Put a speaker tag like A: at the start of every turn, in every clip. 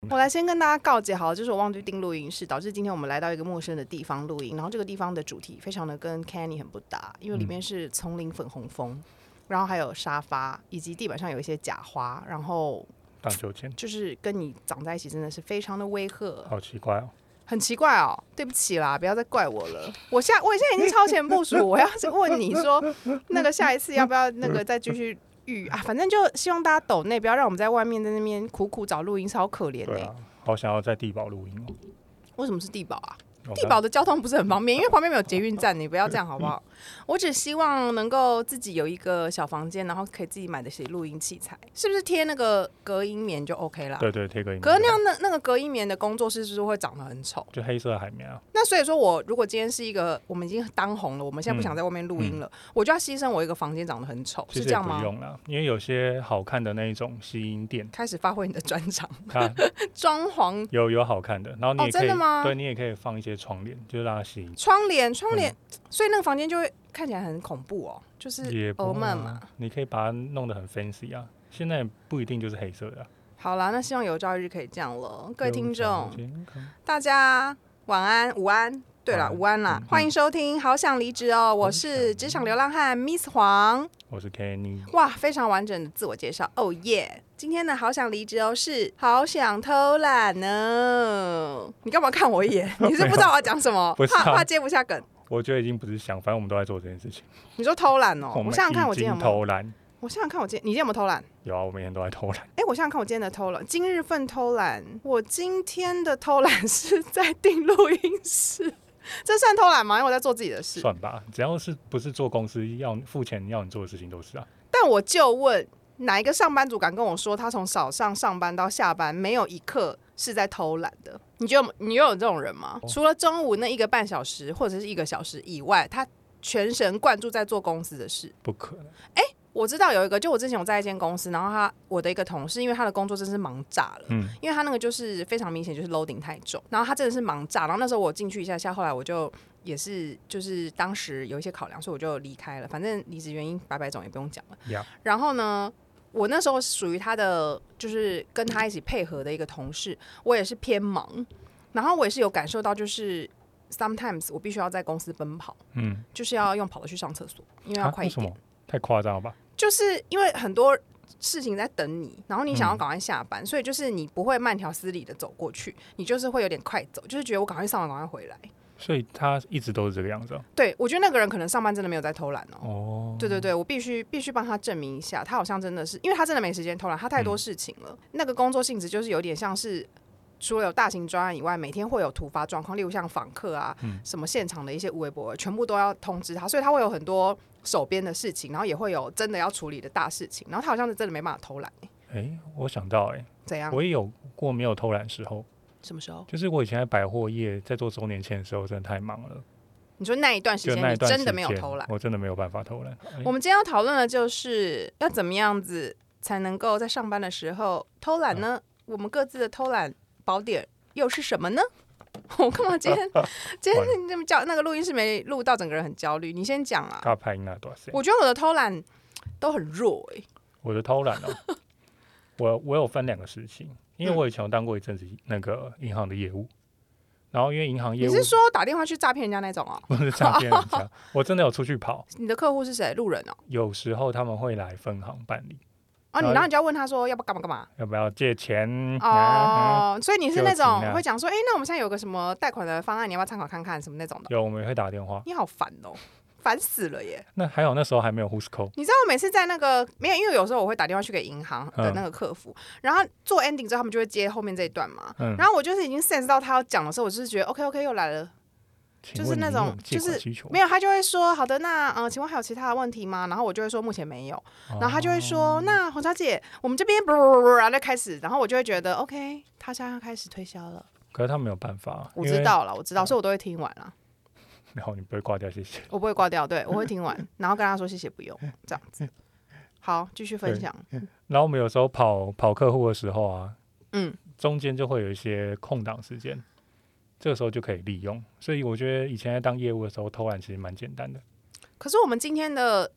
A: 我来先跟大家告解好了，就是我忘记订录音室，导致今天我们来到一个陌生的地方录音，然后这个地方的主题非常的跟 Kenny 很不搭，因为里面是丛林粉红风，然后还有沙发，以及地板上有一些假花，然后
B: 荡秋千，
A: 就是跟你长在一起真的是非常的违和，
B: 好奇怪哦。
A: 很奇怪哦，对不起啦，不要再怪我了。我现在已经超前部署，我要问你说，那个下一次要不要那个再继续啊？反正就希望大家抖内，不要让我们在外面在那边苦苦找录音，超可怜
B: 对啊，好想要在地堡录音哦。
A: 为什么是地堡啊？地堡的交通不是很方便，因为旁边没有捷运站，你不要这样好不好？我只希望能够自己有一个小房间，然后可以自己买得起录音器材，是不是贴那个隔音棉就 OK 啦？
B: 对对，贴隔音棉。
A: 可是那样那个隔音棉的工作室是不是会长得很丑？
B: 就黑色海绵啊。
A: 那所以说我如果今天是一个我们已经当红了，我们现在不想在外面录音了，我就要牺牲我一个房间长得很丑，是这样吗？
B: 不用啦，因为有些好看的那一种吸音垫，
A: 开始发挥你的专长，装潢
B: 有好看的，然后你也可以、
A: 真的吗？
B: 对，你也可以放一些窗帘，就是让它吸音。
A: 窗帘，所以那个房间就会看起来很恐怖哦，就是欧曼嘛。
B: 你可以把它弄得很 fancy 啊，现在不一定就是黑色的啊。
A: 好啦，那希望有朝一日可以这样了。各位听众，大家晚安、午安。对了，午安啦！欢迎收听《好想离职哦》，我是职场流浪汉 Miss 黄，
B: 我是 Kenny。
A: 哇，非常完整的自我介绍，哦耶！今天的好想离职哦，是好想偷懒呢。你干嘛看我一眼？你是不知道我要讲什么？怕接不下梗。我
B: 觉得已经不是想，反正我们都在做这件事情。
A: 你说偷懒哦？我想想看，我今天有没有
B: 偷懒？
A: 我想想看，你今天有没有偷懒？
B: 有啊，我每天都在偷懒。
A: 我想想看，我今天的偷懒，今日份偷懒，我今天的偷懒是在订录音室。这算偷懒吗？因为我在做自己的事。
B: 算吧，只要是不是做公司要付钱要你做的事情都是啊。
A: 但我就问，哪一个上班族敢跟我说，他从早上上班到下班没有一刻是在偷懒的？你又有这种人吗？除了中午那1个半小时或者是1个小时以外，他全神贯注在做公司的事？
B: 不可能。
A: 我知道有一个，就我之前有在一间公司，然后我的一个同事，因为他的工作真是忙炸了，因为他那个就是非常明显就是 loading 太重，然后他真的是忙炸，然后那时候我进去一下下，后来我就也是就是当时有一些考量，所以我就离开了，反正离职原因百种也不用讲了。然后呢，我那时候属于他的就是跟他一起配合的一个同事，我也是偏忙，然后我也是有感受到就是。Sometimes 我必须要在公司奔跑，就是要用跑的去上厕所，因为要快一点。
B: 太夸张了吧？
A: 就是因为很多事情在等你，然后你想要赶快下班，所以就是你不会慢条斯理的走过去，你就是会有点快走，就是觉得我赶快上完赶快回来。
B: 所以他一直都是这个样子。
A: 对，我觉得那个人可能上班真的没有在偷懒哦。对对对，我必须帮他证明一下，他好像真的是，因为他真的没时间偷懒，他太多事情了。那个工作性质就是有点像是。除了有大型专案以外，每天会有突发状况，例如像访客啊，什么现场的一些微博，全部都要通知他，所以他会有很多手边的事情，然后也会有真的要处理的大事情，然后他好像是真的没办法偷懒。
B: 我想到
A: 怎样？
B: 我也有过没有偷懒时候。
A: 什么时候？
B: 就是我以前在百货业在做周年庆的时候，真的太忙了。
A: 你说那一段时间你真的没有偷懒？
B: 我真的没有办法偷懒。
A: 我们今天要讨论的就是要怎么样子才能够在上班的时候偷懒呢？我们各自的偷懒宝典又是什么呢？我干嘛今天那么那个录音室没录到，整个人很焦虑。你先讲啊。我觉得我的偷懒都很弱
B: 我的偷懒我有分2个时期，因为我以前有当过一阵子那个银行的业务，然后因为银行业务，
A: 你是说打电话去诈骗人家那种啊？
B: 不是诈骗人家，我真的有出去跑。
A: 你的客户是谁？路人哦。
B: 有时候他们会来分行办理。
A: 然后你就要问他说要不干嘛？
B: 要不要借钱？
A: 所以你是那种会讲说，那我们现在有个什么贷款的方案，你要不要参考看看？什么那种的？
B: 有，我们也会打电话。
A: 你好烦哦，烦死了耶！
B: 那还好那时候还没有 Who's Call。
A: 你知道我每次在那个没有，因为有时候我会打电话去给银行的那个客服，然后做 ending 之后，他们就会接后面这一段嘛。然后我就是已经 sense 到他要讲的时候，我就是觉得 OK 又来了。就是那种，就是没有，他就会说好的，那请问还有其他的问题吗？然后我就会说目前没有，然后他就会说那洪小姐，我们这边然后就开始，然后我就会觉得 OK， 他现在要开始推销了。
B: 可是他没有办法，
A: 我知道了，所以我都会听完了。
B: 然后你不会挂掉，谢谢。
A: 我不会挂掉，对，我会听完，然后跟他说谢谢，不用这样子。好，继续分享。
B: 然后我们有时候跑客户的时候啊，中间就会有一些空档时间。这个时候就可以利用，所以我觉得以前在当业务的时候偷懒其实蛮简单的。
A: 可是我们今天的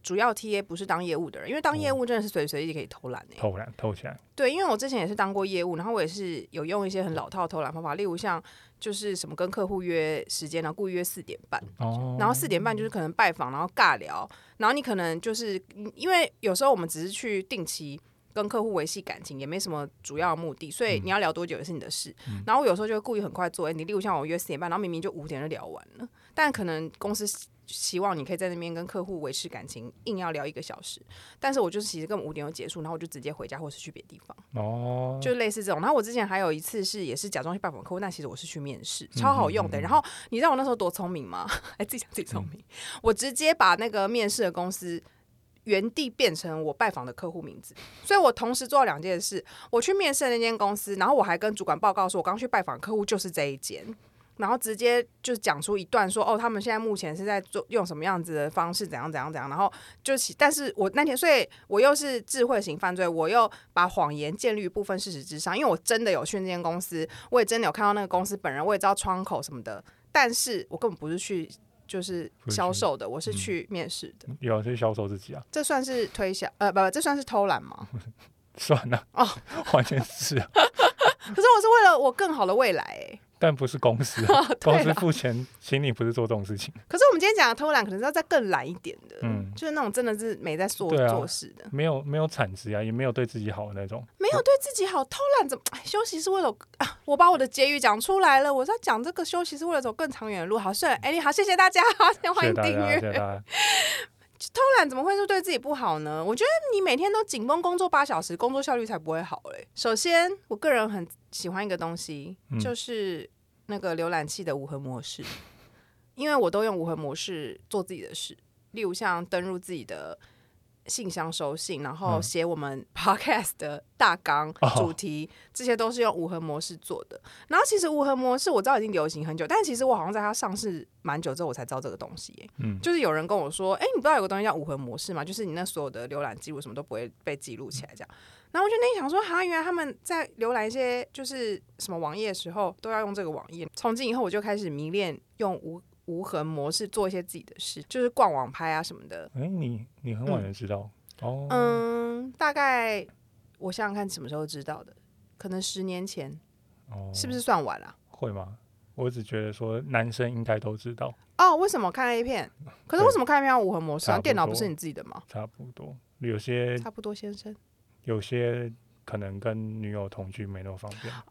A: 主要 TA 不是当业务的人，因为当业务真的是随时随地可以偷懒
B: 偷起来。
A: 对，因为我之前也是当过业务，然后我也是有用一些很老套的偷懒方法，例如像就是什么跟客户约时间，然后故意约4点半，然后4点半就是可能拜访，然后尬聊，然后你可能就是因为有时候我们只是去定期跟客户维系感情，也没什么主要的目的，所以你要聊多久也是你的事。然后我有时候就会故意很快做 ending，例如像我约4点半，然后明明就5点就聊完了，但可能公司希望你可以在那边跟客户维持感情，硬要聊1个小时，但是我就是其实根本5点就结束，然后我就直接回家或是去别的地方，就类似这种。然后我之前还有一次是也是假装去拜访客户，但其实我是去面试，超好用的。然后你知道我那时候多聪明吗？自己讲自己聪明，我直接把那个面试的公司原地变成我拜访的客户名字，所以我同时做了2件事。我去面试的那间公司，然后我还跟主管报告说，我刚去拜访客户就是这一间，然后直接就讲出一段说，他们现在目前是在用什么样子的方式，怎样怎样怎样，然后但是我那天，所以我又是智慧型犯罪，我又把谎言建立于部分事实之上，因为我真的有去那间公司，我也真的有看到那个公司本人，我也知道窗口什么的，但是我根本不是去就是销售的，我是去面试的。
B: 有去销售自己啊？
A: 这算是推销？不，这算是偷懒吗？
B: 算了，完全是啊。
A: 可是我是为了我更好的未来
B: 但不是公司，公司付钱请你不是做这种事情。
A: 可是我们今天讲的偷懒，可能是要再更懒一点的，就是那种真的是没在做事的，
B: 没有产值啊，也没有对自己好的那种，
A: 没有对自己好。偷懒怎么休息是为了我把我的结语讲出来了，我在讲这个休息是为了走更长远的路。好，算了，好，谢谢大家，欢迎订阅。
B: 谢谢大家。
A: 偷懒怎么会是对自己不好呢？我觉得你每天都紧绷工作8小时，工作效率才不会好嘞。首先，我个人很喜欢一个东西，就是那个浏览器的无痕模式，因为我都用无痕模式做自己的事，例如像登入自己的信箱收信，然后写我们 podcast 的大纲、主题，这些都是用无痕模式做的。然后其实无痕模式我知道已经流行很久，但其实我好像在它上市蛮久之后我才知道这个东西就是有人跟我说，你不知道有个东西叫无痕模式吗？就是你那所有的浏览记录什么都不会被记录起来这样。然后我就那想说，原来他们在浏览一些就是什么网页的时候都要用这个网页。从今以后我就开始迷恋用无痕模式做一些自己的事，就是逛网拍啊什么的。
B: 你很晚才知道
A: 大概我想想看什么时候知道的，可能10年前，是不是算晚啊？
B: 会吗？我只觉得说男生应该都知道。
A: 为什么看 A 片？可是为什么看 A 片要无痕模式啊？电脑不是你自己的吗？
B: 差不多，有些
A: 差不多先生，
B: 有些可能跟女友同居没那么方便。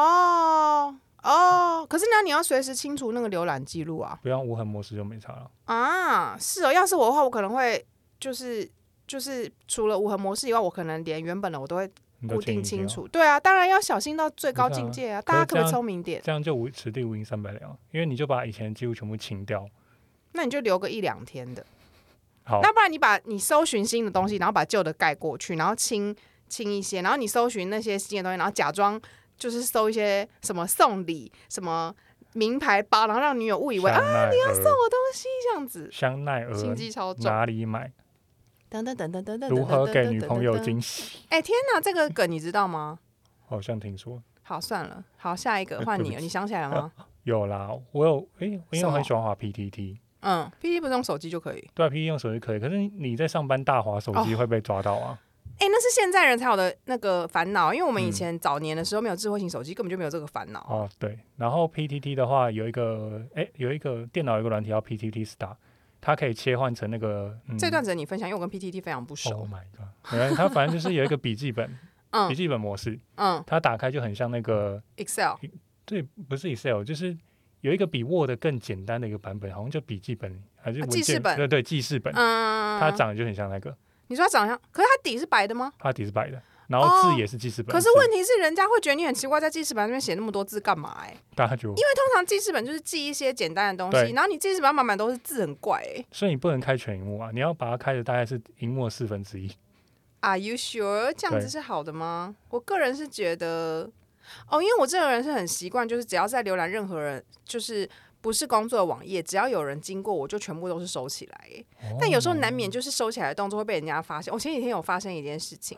A: 可是那你要随时清除那个浏览记录啊。
B: 不要无痕模式就没差了
A: 是哦，要是我的话，我可能会就是除了无痕模式以外，我可能连原本的我都会固定清楚。对啊，当然要小心到最高境界啊！大家可不可以聪明点？
B: 这样就此地无银三百两，因为你就把以前的记录全部清掉。
A: 那你就留个1-2天的。
B: 好，
A: 那不然你搜寻新的东西，然后把旧的盖过去，然后清一些，然后你搜寻那些新的东西，然后假装就是搜一些什么送礼、什么名牌包，然后让女友误以为你要送我东西这样子。
B: 香奈儿
A: 心机超重，
B: 哪里买？
A: 等等等等等等，
B: 如何给女朋友惊喜？
A: 天哪，这个梗你知道吗？
B: 好像听说。
A: 好，算了，好，下一个换你了，你想起来了吗？
B: 有啦，我有，因为我很喜欢滑 PTT。PTT
A: 不是用手机就可以？
B: 对啊 ，PTT 用手机可以，可是你在上班大滑手机会被抓到啊。
A: 那是现在人才有的那个烦恼，因为我们以前早年的时候没有智慧型手机，根本就没有这个烦恼。
B: 对。然后 PTT 的话有一个电脑有一个软体叫 PTT Star， 它可以切换成那个。
A: 这段只能你分享，因为我跟 PTT 非常不熟。
B: Oh my god！ 它反正就是有一个笔记本，笔记本模式。它打开就很像那个
A: Excel。
B: 对，不是 Excel， 就是有一个比 Word 更简单的一个版本，好像叫笔记本还是文件？
A: 记事本。
B: 对，记事本。它长得就很像那个。你
A: 说它长得像，可是它底是白的吗？
B: 它底是白的，然后字也是记事本。
A: 可是问题是，人家会觉得你很奇怪，在记事本那边写那么多字干嘛？
B: 大家就
A: 因为通常记事本就是记一些简单的东西，然后你记事本满满都是字，很怪
B: 所以你不能开全萤幕啊，你要把它开的大概是萤幕的1/4。
A: Are you sure 这样子是好的吗？我个人是觉得，因为我这个人是很习惯，就是只要在浏览任何人就是不是工作的网页，只要有人经过，我就全部都是收起来但有时候难免就是收起来的动作会被人家发现。我前几天有发生一件事情，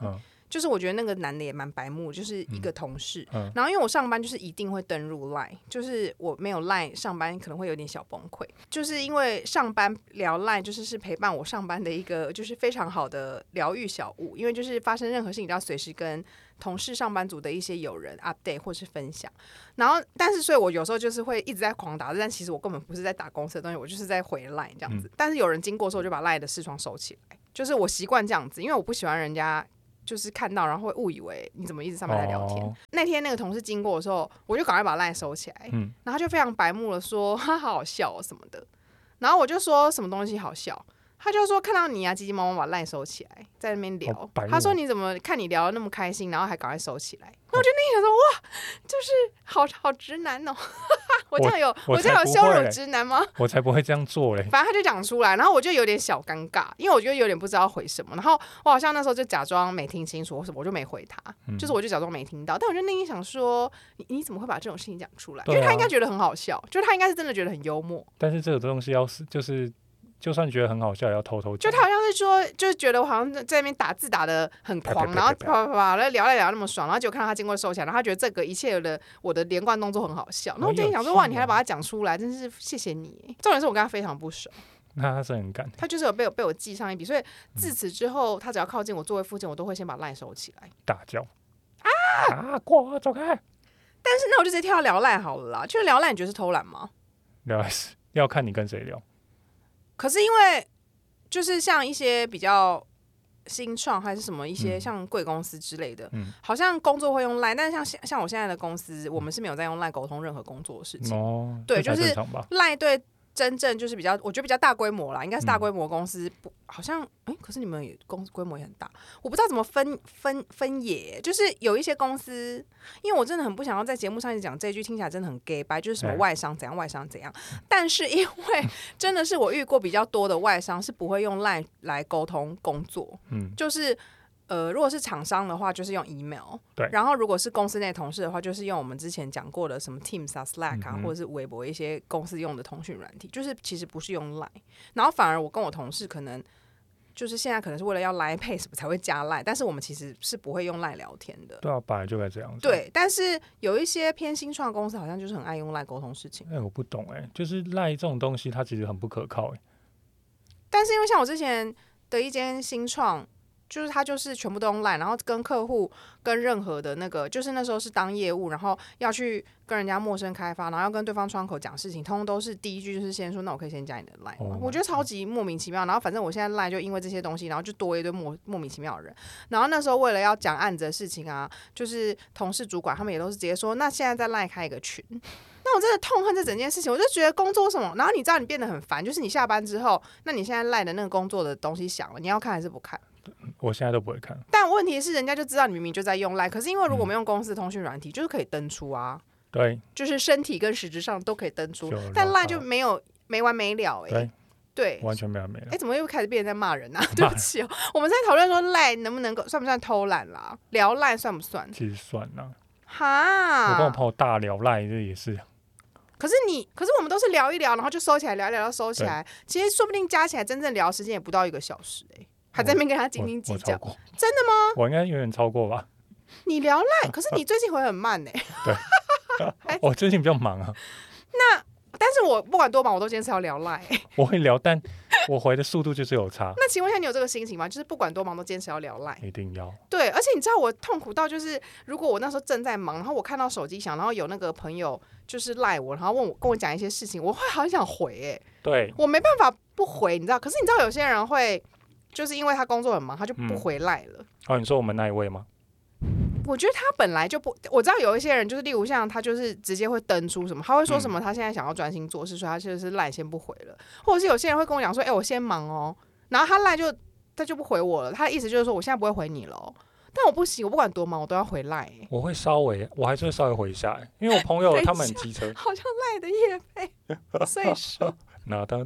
A: 就是我觉得那个男的也蛮白目，就是一个同事，然后因为我上班就是一定会登入 LINE， 就是我没有 LINE 上班可能会有点小崩溃，就是因为上班聊 LINE 就是陪伴我上班的一个就是非常好的疗愈小物，因为就是发生任何事情都要随时跟同事上班族的一些友人 update 或是分享，然后但是所以我有时候就是会一直在狂打字，但其实我根本不是在打公司的东西，我就是在回 LINE 这样子，但是有人经过的时候我就把 LINE 的视窗收起来，就是我习惯这样子，因为我不喜欢人家就是看到然后会误以为你怎么一直上班在聊天。那天那个同事经过的时候，我就赶快把 LINE 收起来，然后他就非常白目的说他好好笑什么的，然后我就说什么东西好笑，他就说看到你啊急急忙忙把 LINE 收起来在那边聊，他说你怎么看你聊得那么开心，然后还赶快收起来，那我就那想说哇，就是好直男哦我这样有羞辱直男吗？
B: 我才不会这样做嘞。
A: 反正他就讲出来，然后我就有点小尴尬，因为我觉得有点不知道回什么。然后我好像那时候就假装没听清楚，我就没回他，就是我就假装没听到。但我就内心想说，你怎么会把这种事情讲出来？因为他应该觉得很好笑，就是他应该是真的觉得很幽默。
B: 但是这个东西就算觉得很好笑，也要偷偷讲。
A: 就他好像是说，就是觉得我好像在那边打字打得很狂，然后啪啪啪聊来聊那么爽，然后就看到他经过收起来，然后他觉得这个一切的我的连贯动作很好笑，然后我就想说哇，你还把它讲出来，真是谢谢你。重点是我跟他非常不熟，
B: 那他是很敢，
A: 他就是有被我记上一笔，所以自此之后，他只要靠近我座位附近，我都会先把 LINE 收起来，
B: 大叫过走开。
A: 但是那我就直接跳到聊 LINE 好了啦，就是聊 LINE 你觉得是偷懒吗？
B: 聊要看你跟谁聊，
A: 可是因为就是像一些比较新创还是什么一些像贵公司之类的，好像工作会用 LINE， 但是像我现在的公司，我们是没有在用 LINE 沟通任何工作的事情。对，就是 LINE 对真正就是我觉得比较大规模啦，应该是大规模公司，好像可是你们也公司规模也很大，我不知道怎么分野，就是有一些公司，因为我真的很不想要在节目上一直讲这句，听起来真的很 gay 白，就是什么外商怎样外商怎样，但是因为真的是我遇过比较多的外商是不会用 LINE 来沟通工作，就是如果是厂商的话，就是用 email。对。然后如果是公司内同事的话，就是用我们之前讲过的什么 Teams 啊、Slack 啊，或者是微博一些公司用的通讯软体，就是其实不是用 LINE。然后反而我跟我同事可能就是现在可能是为了要 LINE Pay 什么才会加 LINE， 但是我们其实是不会用 LINE 聊天的。
B: 对啊，本来就该这样子。
A: 对，但是有一些偏新创公司好像就是很爱用 LINE 沟通事情。
B: 我不懂就是 LINE 这种东西它其实很不可靠
A: 但是因为像我之前的一间新创。就是他就是全部都用 LINE， 然后跟客户跟任何的那个，就是那时候是当业务，然后要去跟人家陌生开发，然后要跟对方窗口讲事情，通通都是第一句就是先说，那我可以先加你的 LINE 吗？我觉得超级莫名其妙。然后反正我现在 LINE 就因为这些东西，然后就多一堆莫名其妙的人。然后那时候为了要讲案子的事情啊，就是同事主管他们也都是直接说，那现在在 LINE 开一个群。那我真的痛恨这整件事情，我就觉得工作什么，然后你知道你变得很烦，就是你下班之后，那你现在 LINE 的那个工作的东西响了，你要看还是不看？
B: 我现在都不会看，
A: 但问题是人家就知道你明明就在用 LINE， 可是因为如果我们用公司的通讯软体，就是可以登出啊，
B: 对，
A: 就是身体跟实质上都可以登出，但 LINE 就没完没了对，
B: 完全没完没了。
A: 怎么又开始变成在骂人啊？对不起我们在讨论说 LINE 能不能算不算偷懒啦？聊 LINE 算不算？
B: 其实算啦。
A: 哈，
B: 我跟我朋友大聊 LINE 这也是。
A: 可是我们都是聊一聊，然后就收起来，聊一聊又收起来，其实说不定加起来真正聊时间也不到1个小时还在那边跟他斤斤计较，真的吗？
B: 我应该远远超过吧。
A: 你聊 LINE， 可是你最近回很慢对，
B: 我最近比较忙啊。
A: 但是我不管多忙，我都坚持要聊 LINE。
B: 我会聊，但我回的速度就是有差。
A: 那请问一下，你有这个心情吗？就是不管多忙都坚持要聊 LINE？
B: 一定要。
A: 对，而且你知道我痛苦到就是，如果我那时候正在忙，然后我看到手机响，然后有那个朋友就是赖我，然后跟我讲一些事情，我会好想回
B: 对，
A: 我没办法不回，你知道？可是你知道有些人会，就是因为他工作很忙，他就不回赖了。
B: 你说我们那一位吗？
A: 我觉得他本来就不，我知道有一些人就是，例如像他就是直接会登出什么，他会说什么，他现在想要专心做事，所以他就是赖先不回了，或者是有些人会跟我讲说，我先忙然后他赖他就不回我了，他的意思就是说我现在不会回你了但我不行，我不管多忙我都要回赖
B: 我还是会稍微回一下因为我朋友他们很机车，
A: 好像赖的业配，所以说
B: 那当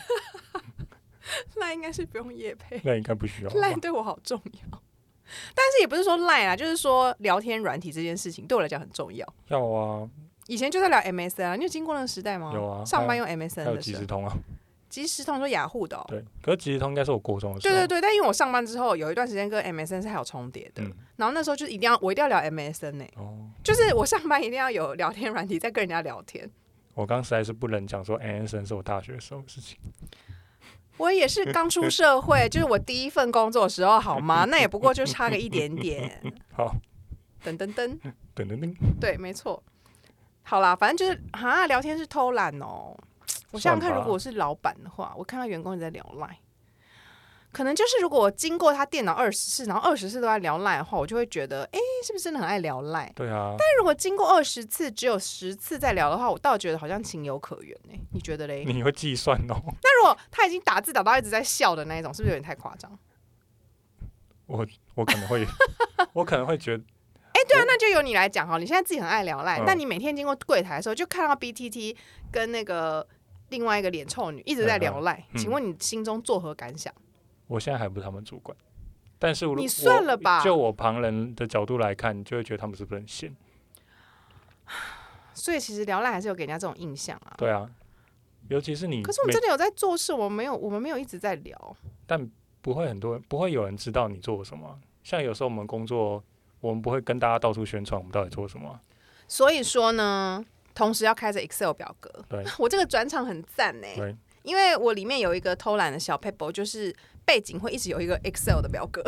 A: 赖应该是不用业配，
B: 那应该不需要，
A: 赖对我好重要。但是也不是说赖啦，就是说聊天软体这件事情对我来讲很重要。
B: 要啊，
A: 以前就在聊 MSN 你有经过那个时代吗？
B: 有啊，
A: 上班用 MSN 的时候，
B: 还有即时通啊。
A: 即时通说雅虎的哦。
B: 对，可是即时通应该是我国中的时候。
A: 对对对，但因为我上班之后有一段时间跟 MSN 是还有重叠的，然后那时候就我一定要聊 MSN 呢、就是我上班一定要有聊天软体在跟人家聊天。
B: 我刚实在是不能讲说 MSN 是我大学的时候的事情。
A: 我也是刚出社会，就是我第一份工作的时候，好吗？那也不过就差个一点点。
B: 好，
A: 噔噔噔
B: 噔噔噔，
A: 对，没错。好啦，反正就是聊天是偷懒哦。我想想看，如果我是老板的话，我看到员工一直在聊 LINE， 可能就是如果我经过他电脑20次，然后20次都在聊 LINE 的话，我就会觉得，是不是真的很爱聊 LINE？
B: 对啊。
A: 但如果经过20次，只有10次在聊的话，我倒觉得好像情有可原呢、你觉得嘞？
B: 你会计算哦？
A: 那如果他已经打字打到一直在笑的那一种，是不是有点太夸张？
B: 我可能会，我可能会觉得。
A: 对啊，那就由你来讲哈。你现在自己很爱聊 LINE，但你每天经过柜台的时候，就看到 BTT 跟那个另外一个脸臭女一直在聊 LINE，请问你心中作何感想？
B: 我现在还不是他们主管，但是
A: 你算了吧。
B: 就我旁人的角度来看，就会觉得他们是不是很闲？
A: 所以其实聊 LINE 还是有给人家这种印象啊。
B: 对啊，尤其是你。
A: 可是我们真的有在做事，我们没有一直在聊。
B: 但不会有人知道你做什么。像有时候我们工作，我们不会跟大家到处宣传我们到底做什么。
A: 所以说呢，同时要开着 Excel 表格。
B: 对，我
A: 这个转场很赞呢。
B: 对，
A: 因为我里面有一个偷懒的小 paper， 就是背景会一直有一个 Excel 的表格。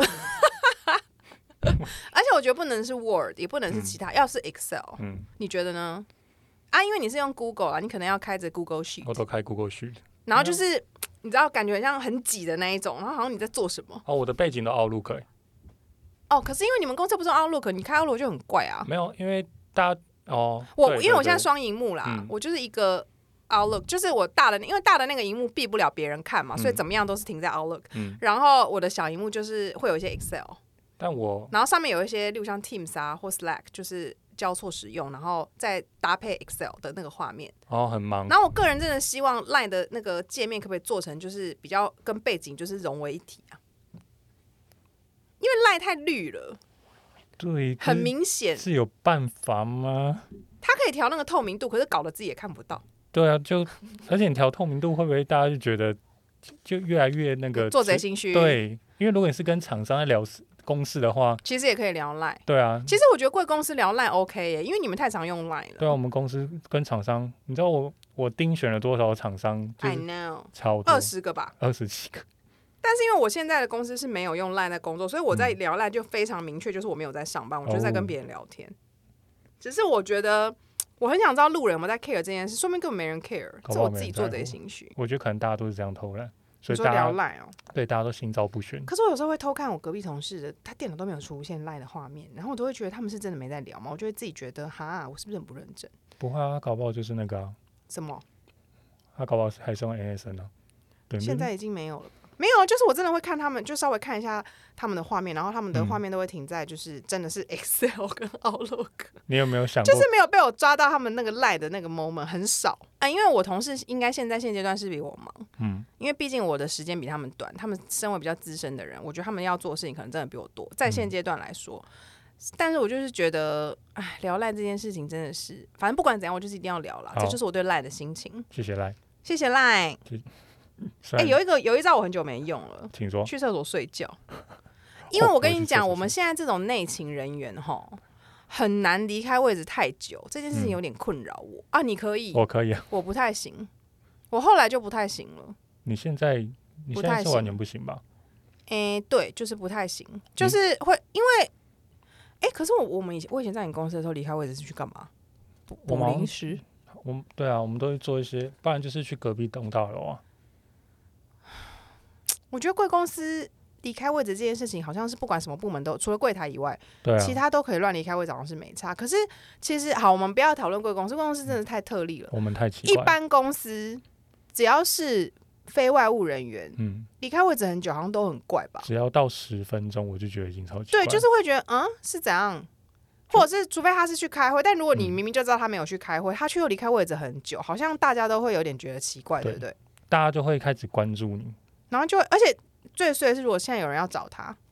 A: 而且我觉得不能是 Word， 也不能是其他，要是 Excel。你觉得呢？因为你是用 Google 啊，你可能要开着 Google Sheet。
B: 我都开 Google Sheet。
A: 然后就是你知道，感觉像很挤的那一种，然后好像你在做什么。
B: 我的背景都 Outlook。
A: 可是因为你们公司不是 Outlook， 你开 Outlook 就很怪啊。
B: 没有，因为大家
A: 因为我现在双萤幕啦，我就是一个 Outlook， 就是我因为大的那个萤幕避不了别人看嘛，所以怎么样都是停在 Outlook。然后我的小萤幕就是会有一些 Excel， 然后上面有一些，例如像 Teams 啊或 Slack， 就是交错使用，然后再搭配 Excel 的那个画面。
B: 很忙。
A: 然后我个人真的希望 LINE 的那个界面可不可以做成就是比较跟背景就是融为一体啊？因为 LINE 太绿了。
B: 对，
A: 很明显。
B: 是有办法吗？
A: 它可以调那个透明度，可是搞得自己也看不到。
B: 对啊，而且你调透明度会不会大家就觉得就越来越那个
A: 做贼心虚？
B: 对，因为如果你是跟厂商在聊公事的话，
A: 其实也可以聊 LINE。对
B: 啊，
A: 其实我觉得贵公司聊 LINE OK 耶，因为你们太常用 LINE 了。
B: 对啊，我们公司跟厂商，你知道我盯选了多少厂商？
A: I know，
B: 超多
A: 20个吧
B: ，27个。
A: 但是因为我现在的公司是没有用 LINE 在工作，所以我在聊 LINE 就非常明确，就是我没有在上班，我就是在跟别人聊天。只是我觉得我很想知道路人有没有在 care 这件事，说明根本没人 care， 是我自己做贼心虚。
B: 我觉得可能大家都是这样偷懒，所以
A: 大家聊 LINE
B: 对，大家都心照不宣。
A: 可是我有时候会偷看我隔壁同事的，他电脑都没有出现 LINE 的画面，然后我都会觉得他们是真的没在聊嘛，我就会自己觉得我是不是很不认真？
B: 不会啊，搞不好就是那个
A: 什么？
B: 他搞不好还是用 ASN 啊。对，
A: 现在已经没有了。没有，就是我真的会看他们，就稍微看一下他们的画面，然后他们的画面都会停在就是真的是 Excel 跟 Outlook。你
B: 有没有想过，
A: 就是没有被我抓到他们那个 LINE 的那个 moment 很少因为我同事应该现阶段是比我忙，因为毕竟我的时间比他们短，他们身为比较资深的人，我觉得他们要做的事情可能真的比我多，在现阶段来说。但是我就是觉得，聊 LINE 这件事情真的是，反正不管怎样，我就是一定要聊啦，这就是我对 LINE 的心情。
B: 谢谢 LINE， 谢
A: 谢 LINE。有一招我很久没用了，
B: 请说。
A: 去厕所睡觉。因为我跟你讲，我们现在这种内勤人员很难离开位置太久，这件事情有点困扰我你可以？
B: 我可以啊，
A: 我不太行，我后来就不太行了。
B: 你现在是完全不行吧？
A: 对，就是不太行，就是会因为可是我以前在你公司的时候离开位置是去干嘛？补临时。
B: 对啊，我们都会做一些，不然就是去隔壁栋大楼啊。
A: 我觉得贵公司离开位置这件事情，好像是不管什么部门都，除了柜台以外，其他都可以乱离开位置，好像是没差。可是其实我们不要讨论贵公司，贵公司真的太特例了。
B: 我们太奇怪。
A: 一般公司只要是非外务人员，离开位置很久，好像都很怪吧？
B: 只要到10分钟，我就觉得已经超奇怪。
A: 对，就是会觉得是怎样，或者是除非他是去开会，但如果你明明就知道他没有去开会，他却又离开位置很久，好像大家都会有点觉得奇怪，对不对？
B: 大家就会开始关注你。
A: 然后而且最衰的是，如果现在有人要找他，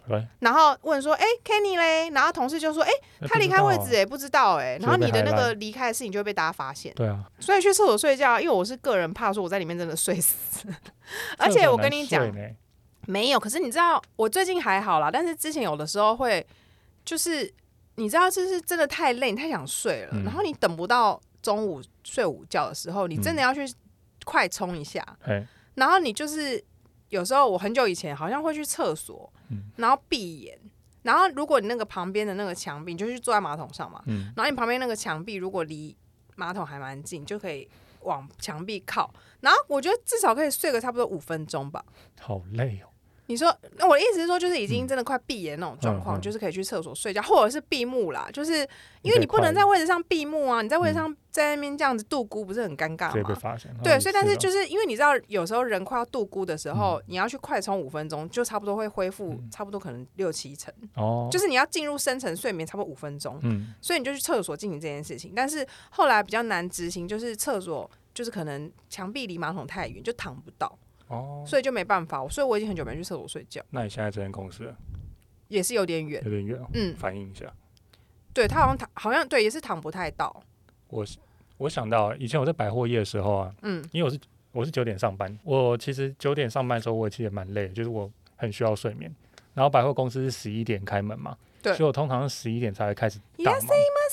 A: 然后问说Kenny 嘞，然后同事就说他离开位置不知道然后你的那个离开的事情就会被大家发现。
B: 对啊，
A: 所以去厕所睡觉，因为我是个人怕说我在里面真的睡死，而且我跟你讲没有，可是你知道我最近还好啦，但是之前有的时候会就是你知道就是真的太累，你太想睡了，然后你等不到中午睡午觉的时候，你真的要去快冲一下，然后你就是有时候我很久以前好像会去厕所，然后闭眼，然后如果你那个旁边的那个墙壁，你就去坐在马桶上嘛，然后你旁边那个墙壁如果离马桶还蛮近，就可以往墙壁靠，然后我觉得至少可以睡个差不多5分钟吧。
B: 好累哦。
A: 你说，那我的意思是说，就是已经真的快闭眼那种状况，就是可以去厕所睡觉，或者是闭目啦。就是因为你不能在位置上闭目啊，你在位置上在那边这样子度咕，不是很尴尬吗？
B: 直接被发现。
A: 对，所以但是就是因为你知道，有时候人快要度咕的时候，你要去快冲5分钟，就差不多会恢复差不多可能6-7成。就是你要进入深层睡眠，差不多5分钟。所以你就去厕所进行这件事情。但是后来比较难执行，就是厕所就是可能墙壁离马桶太远，就躺不到。所以就没办法，所以我已经很久没去厕所睡觉。
B: 那你现在这间公司
A: 也是有点远，
B: 有点远，反映一下。
A: 对，他好像对，也是躺不太到。
B: 我想到以前我在百货业的时候啊，因为我是9点上班，我其实9点上班的时候我其实也蛮累的，就是我很需要睡眠。然后百货公司是11点开门嘛，
A: 对，
B: 所以我通常是11点才会开始大忙。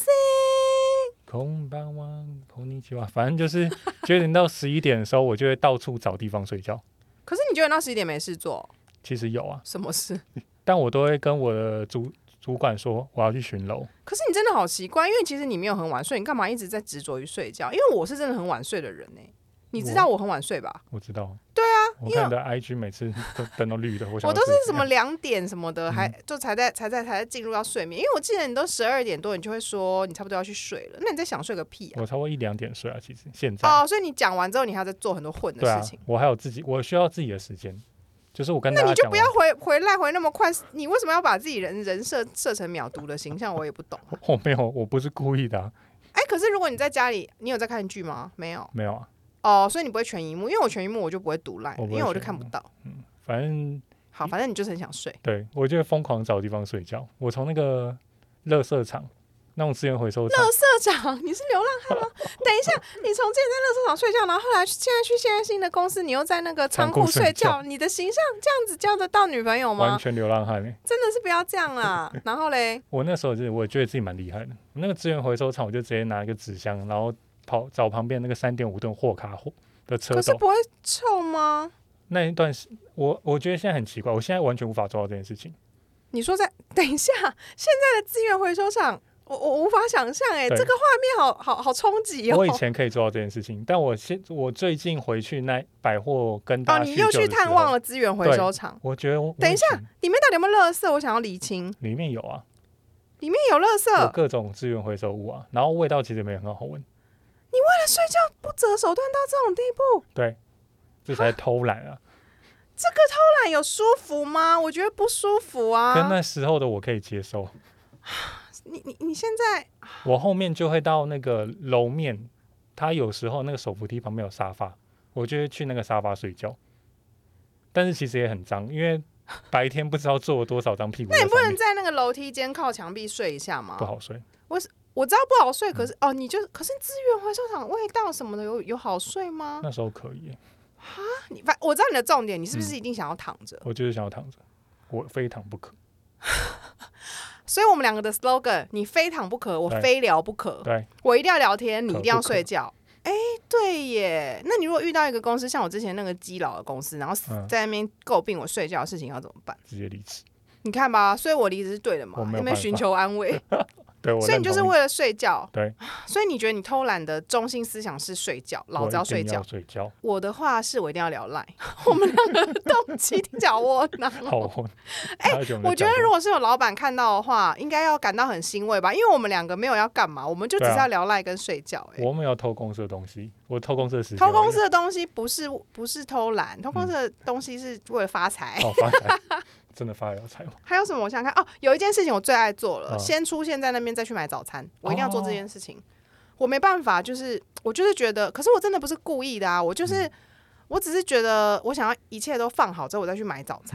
B: 空班哇，空尼奇哇，反正就是9点到11点的时候，我就会到处找地方睡觉。
A: 可是你9点到11点没事做？
B: 其实有啊。
A: 什么事？
B: 但我都会跟我的主管说我要去巡楼。
A: 可是你真的好奇怪，因为其实你没有很晚睡，你干嘛一直在执着于睡觉？因为我是真的很晚睡的人你知道我很晚睡吧？
B: 我知道。
A: 对啊，
B: 我看你的 IG 每次都灯都绿的，我
A: 都是什么2点什么的，还就才在进入到睡眠。因为我记得你都12点多，你就会说你差不多要去睡了。那你在想睡个屁啊？
B: 我差不多1-2点睡啊，其实现在。
A: 所以你讲完之后，你还要再做很多混的事情。
B: 我还有我需要自己的时间，就是我跟大家讲。
A: 那你就不要回那么快，你为什么要把自己人设成秒读的形象？我也不懂。
B: 我没有，我不是故意的啊。
A: 可是如果你在家里，你有在看剧吗？没有。
B: 没有啊。
A: 所以你不会全萤幕，因为我全萤幕我就不会读赖，因为我就看不到。
B: 反正
A: 你就是很想睡。
B: 对，我就会疯狂找地方睡觉。我从那个垃圾场，那种资源回收厂。
A: 垃圾场？你是流浪汉吗？等一下，你从之前在垃圾场睡觉，然后后来现在新的公司，你又在那个仓库睡觉，你的形象这样子交得到女朋友吗？
B: 完全流浪汉
A: 真的是不要这样啦。然后嘞，
B: 我那时候我觉得自己蛮厉害的。那个资源回收厂，我就直接拿一个纸箱，然后找旁边那个3.5吨货卡的车斗。
A: 可是不会臭吗？
B: 那一段我觉得现在很奇怪，我现在完全无法做到这件事情。
A: 你说等一下，现在的资源回收厂，我无法想象这个画面好冲击哦。
B: 我以前可以做到这件事情，但我最近回去那百货跟大家
A: 你又去探望了资源回收厂。
B: 我觉得
A: 等一下，里面到底有没有垃圾？我想要厘清。
B: 里面有啊，
A: 里面有垃圾，
B: 有各种资源回收物啊，然后味道其实没有很好闻。
A: 你为了睡觉不择手段到这种地步？
B: 对，这才偷懒啊！
A: 这个偷懒有舒服吗？我觉得不舒服啊。
B: 跟那时候的我可以接受。
A: 你现在，
B: 我后面就会到那个楼面，他有时候那个手扶梯旁边有沙发，我就会去那个沙发睡觉。但是其实也很脏，因为白天不知道坐了多少张屁股。
A: 那你不能在那个楼梯间靠墙壁睡一下吗？
B: 不好睡。
A: 我知道不好睡，可是可是资源回收厂味道什么的有好睡吗？
B: 那时候可以。
A: 我知道你的重点，你是不是一定想要躺着？
B: 我就是想要躺着，我非躺不可。
A: 所以我们两个的 slogan， 你非躺不可，我非聊不可。
B: 对，
A: 我一定要聊天，你一定要睡觉。对耶。那你如果遇到一个公司，像我之前那个基佬的公司，然后在那边诟病我睡觉的事情，要怎么办？
B: 直接离职。
A: 你看吧，所以我离职是对的嘛，那边寻求安慰。
B: 对，
A: 所以你就是为了睡觉。
B: 对，
A: 所以你觉得你偷懒的中心思想是睡觉，老子要睡觉。我的话是我一定要聊赖。我们两个的动机听起来窝囊。
B: 好窝囊。
A: 我觉得如果是有老板看到的话，应该要感到很欣慰吧，因为我们两个没有要干嘛，我们就只是要聊赖跟睡觉。
B: 我没有偷公司的东西，我偷公司的时间。
A: 偷公司的东西不是偷懒，偷公司的东西是为了发财。
B: 发财。真的发了财吗？
A: 还有什么？我想想看有一件事情我最爱做了，先出现在那边再去买早餐，我一定要做这件事情。我没办法，我就是觉得，可是我真的不是故意的啊，我只是觉得我想要一切都放好之后我再去买早餐。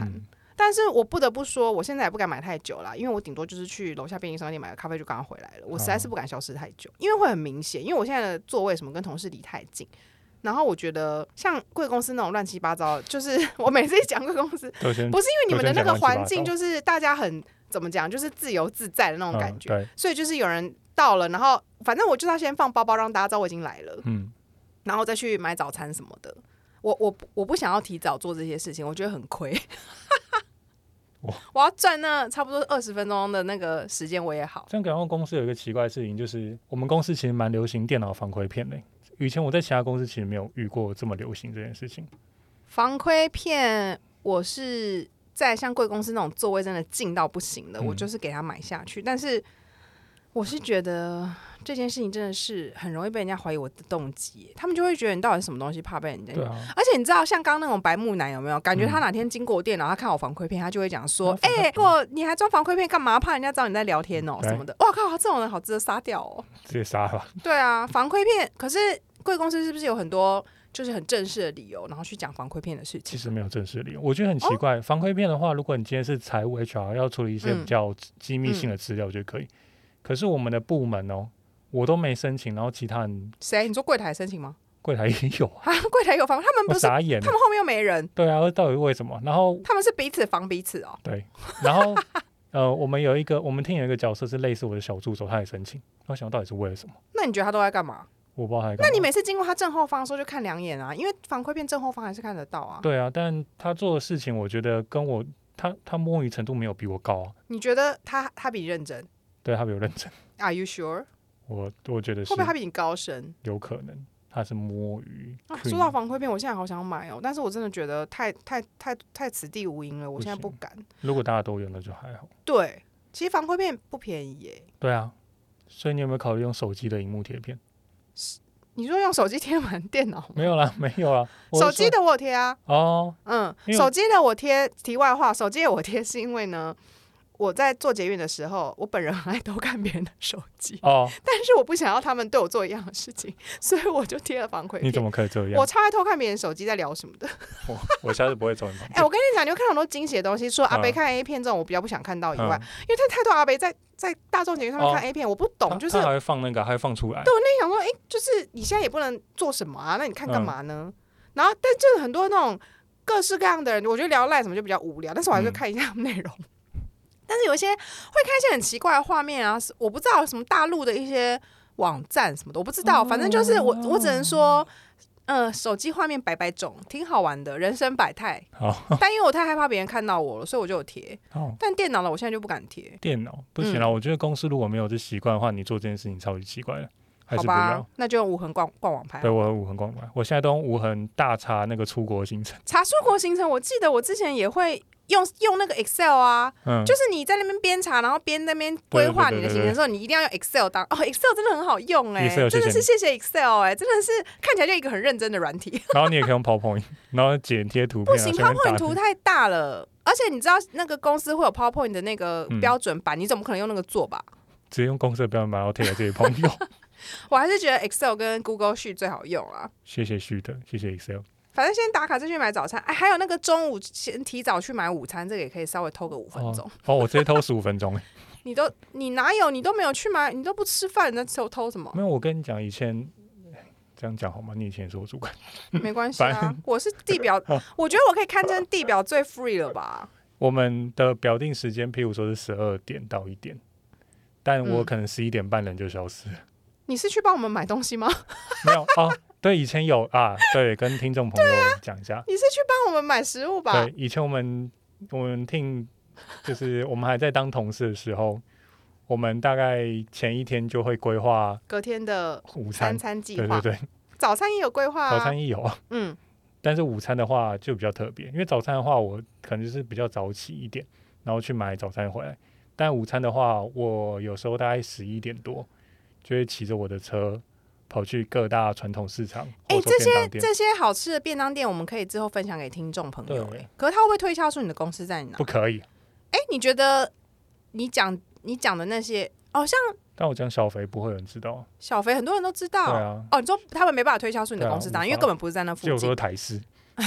A: 但是我不得不说，我现在也不敢买太久啦，因为我顶多就是去楼下便利商店买个咖啡就刚刚回来了。我实在是不敢消失太久，因为会很明显，因为我现在的座位什么跟同事离太近。然后我觉得像贵公司那种乱七八糟，就是我每次一讲贵公司，不是因为你们的那个环境就是大家很怎么讲，就是自由自在的那种感觉，所以就是有人到了，然后反正我就是要先放包包让大家知道我已经来了，然后再去买早餐什么的。我不想要提早做这些事情，我觉得很亏。我要赚那差不多20分钟的那个时间我也好。
B: 像感觉公司有一个奇怪的事情，就是我们公司其实蛮流行电脑防窥片的。以前我在其他公司其实没有遇过这么流行这件事情。
A: 防窥片，我是在像贵公司那种座位真的近到不行的，我就是给他买下去。但是我是觉得这件事情真的是很容易被人家怀疑我的动机，他们就会觉得你到底是什么东西怕被人家。
B: 对啊。
A: 而且你知道，像刚刚那种白木男有没有感觉？他哪天经过我电脑，他看我防窥片，他就会讲说：“如果你还装防窥片干嘛？怕人家知道你在聊天哦、什么的。”哇靠，这种人好值得杀掉哦！
B: 直接杀吧。
A: 对啊，防窥片，可是贵公司是不是有很多就是很正式的理由，然后去讲防窥片的事情？
B: 其实没有正式的理由，我觉得很奇怪。防窥片的话，如果你今天是财务 HR 要处理一些比较机密性的资料，我觉得可以。可是我们的部门我都没申请，然后其他人
A: 谁？你说柜台申请吗？
B: 柜台也有啊，
A: 柜台有防，他们不是傻眼，他们后面又没人。
B: 对啊，到底为什么？然后
A: 他们是彼此防彼此哦。
B: 对，然后我们厅有一个角色是类似我的小助手，他也申请。我想到底是为了什么？
A: 那你觉得他都在干嘛？
B: 我不知道他在干嘛。
A: 那你每次经过他正后方的时候就看两眼啊，因为防窥片正后方还是看得到啊。
B: 对啊，但他做的事情，我觉得跟我他摸鱼程度没有比我高啊。
A: 你觉得他比你认真？
B: 对，他比我认真。
A: Are you sure？
B: 我觉得是。
A: 会不会他比你高深？
B: 有可能，他是摸鱼。
A: 说到防窥片，我现在好想买但是我真的觉得太此地无银了，我现在不敢。
B: 如果大家都有，那就还好。
A: 对，其实防窥片不便宜耶。
B: 对啊，所以你有没有考虑用手机的萤幕贴片？
A: 你说用手机贴满电脑吗？
B: 没有啦，没有啦。
A: 手机的我有贴啊。手机的我贴。题外话，手机的我贴是因为呢，我在做捷运的时候，我本人很爱偷看别人的手机但是我不想要他们对我做一样的事情，所以我就贴了防窥片。
B: 你怎么可以这样？
A: 我超爱偷看别人手机在聊什么的。
B: 我下次不会走你旁边。
A: 我跟你讲，你会看到很多惊喜的东西，除了阿北看 A 片这种我比较不想看到以外，因为太多阿北在大众捷运上面看 A 片，我不懂，就是
B: 他还会放那个，还会放出来。
A: 对，我那想说，就是你现在也不能做什么啊，那你看干嘛呢？然后，但就是很多那种各式各样的人，我觉得聊赖什么就比较无聊，但是我还是看一下他们内容。但是有一些会看一些很奇怪的画面啊，我不知道什么大陆的一些网站什么的，我不知道，反正就是我只能说，手机画面百百种，挺好玩的，人生百态。但因为我太害怕别人看到我了，所以我就有贴。但电脑的我现在就不敢贴。
B: 电脑不行了，我觉得公司如果没有这习惯的话，你做这件事情超级奇怪的。还是不要。好吧，
A: 那就用无痕逛网拍。
B: 对，我用无痕逛网拍，我现在都用无痕大查那个出国行程。
A: 查出国行程，我记得我之前也会用那个 Excel 啊，就是你在那边边查，然后边那边规划你的行程的时候，你一定要用 Excel 当Excel 真的很好用真的是谢谢 Excel 真的是看起来就一个很认真的软体。
B: 然后你也可以用 PowerPoint， 然后剪贴图片。
A: 不行，PowerPoint 图太大了，而且你知道那个公司会有 PowerPoint 的那个标准版，你怎么可能用那个做吧？
B: 直接用公司的标准版，然后贴给这些朋友。
A: 我还是觉得 Excel 跟 Google Sheet 最好用啊。
B: 谢谢 Sheet， 谢谢 Excel。反
A: 正先打卡再去买早餐，还有那个中午先提早去买午餐，这个也可以稍微偷个5分钟。
B: 我直接偷15分钟。
A: 你哪有？你都没有去买，你都不吃饭，你在偷什么？
B: 没有，我跟你讲，以前这样讲好吗？你以前也是我主管。
A: 没关系啊，我是地表，我觉得我可以堪称地表最 free 了吧。
B: 我们的表定时间，譬如说是12点到1点，但我可能11点半人就消失了。
A: 你是去帮我们买东西吗？
B: 没有对，以前有啊，对，跟听众朋友讲一下。
A: 你是去帮我们买食物吧？
B: 对，以前我们听，就是我们还在当同事的时候，我们大概前一天就会规划
A: 隔天的
B: 午餐
A: 计划。
B: 对，
A: 早餐也有规划，
B: 早餐也有啊。但是午餐的话就比较特别，因为早餐的话我可能就是比较早起一点，然后去买早餐回来。但午餐的话，我有时候大概11点多就会骑着我的车跑去各大传统市场。
A: 这些好吃的便当店，我们可以之后分享给听众朋友。可是他会不会推销出你的公司在哪？
B: 不可以。
A: 你觉得你讲的那些，像
B: 但我讲小肥不会有人知道。小
A: 肥很多人都知道。
B: 对啊。
A: 你说他们没办法推销出你的公司在哪，因为根本不是在那附近。
B: 就说台式。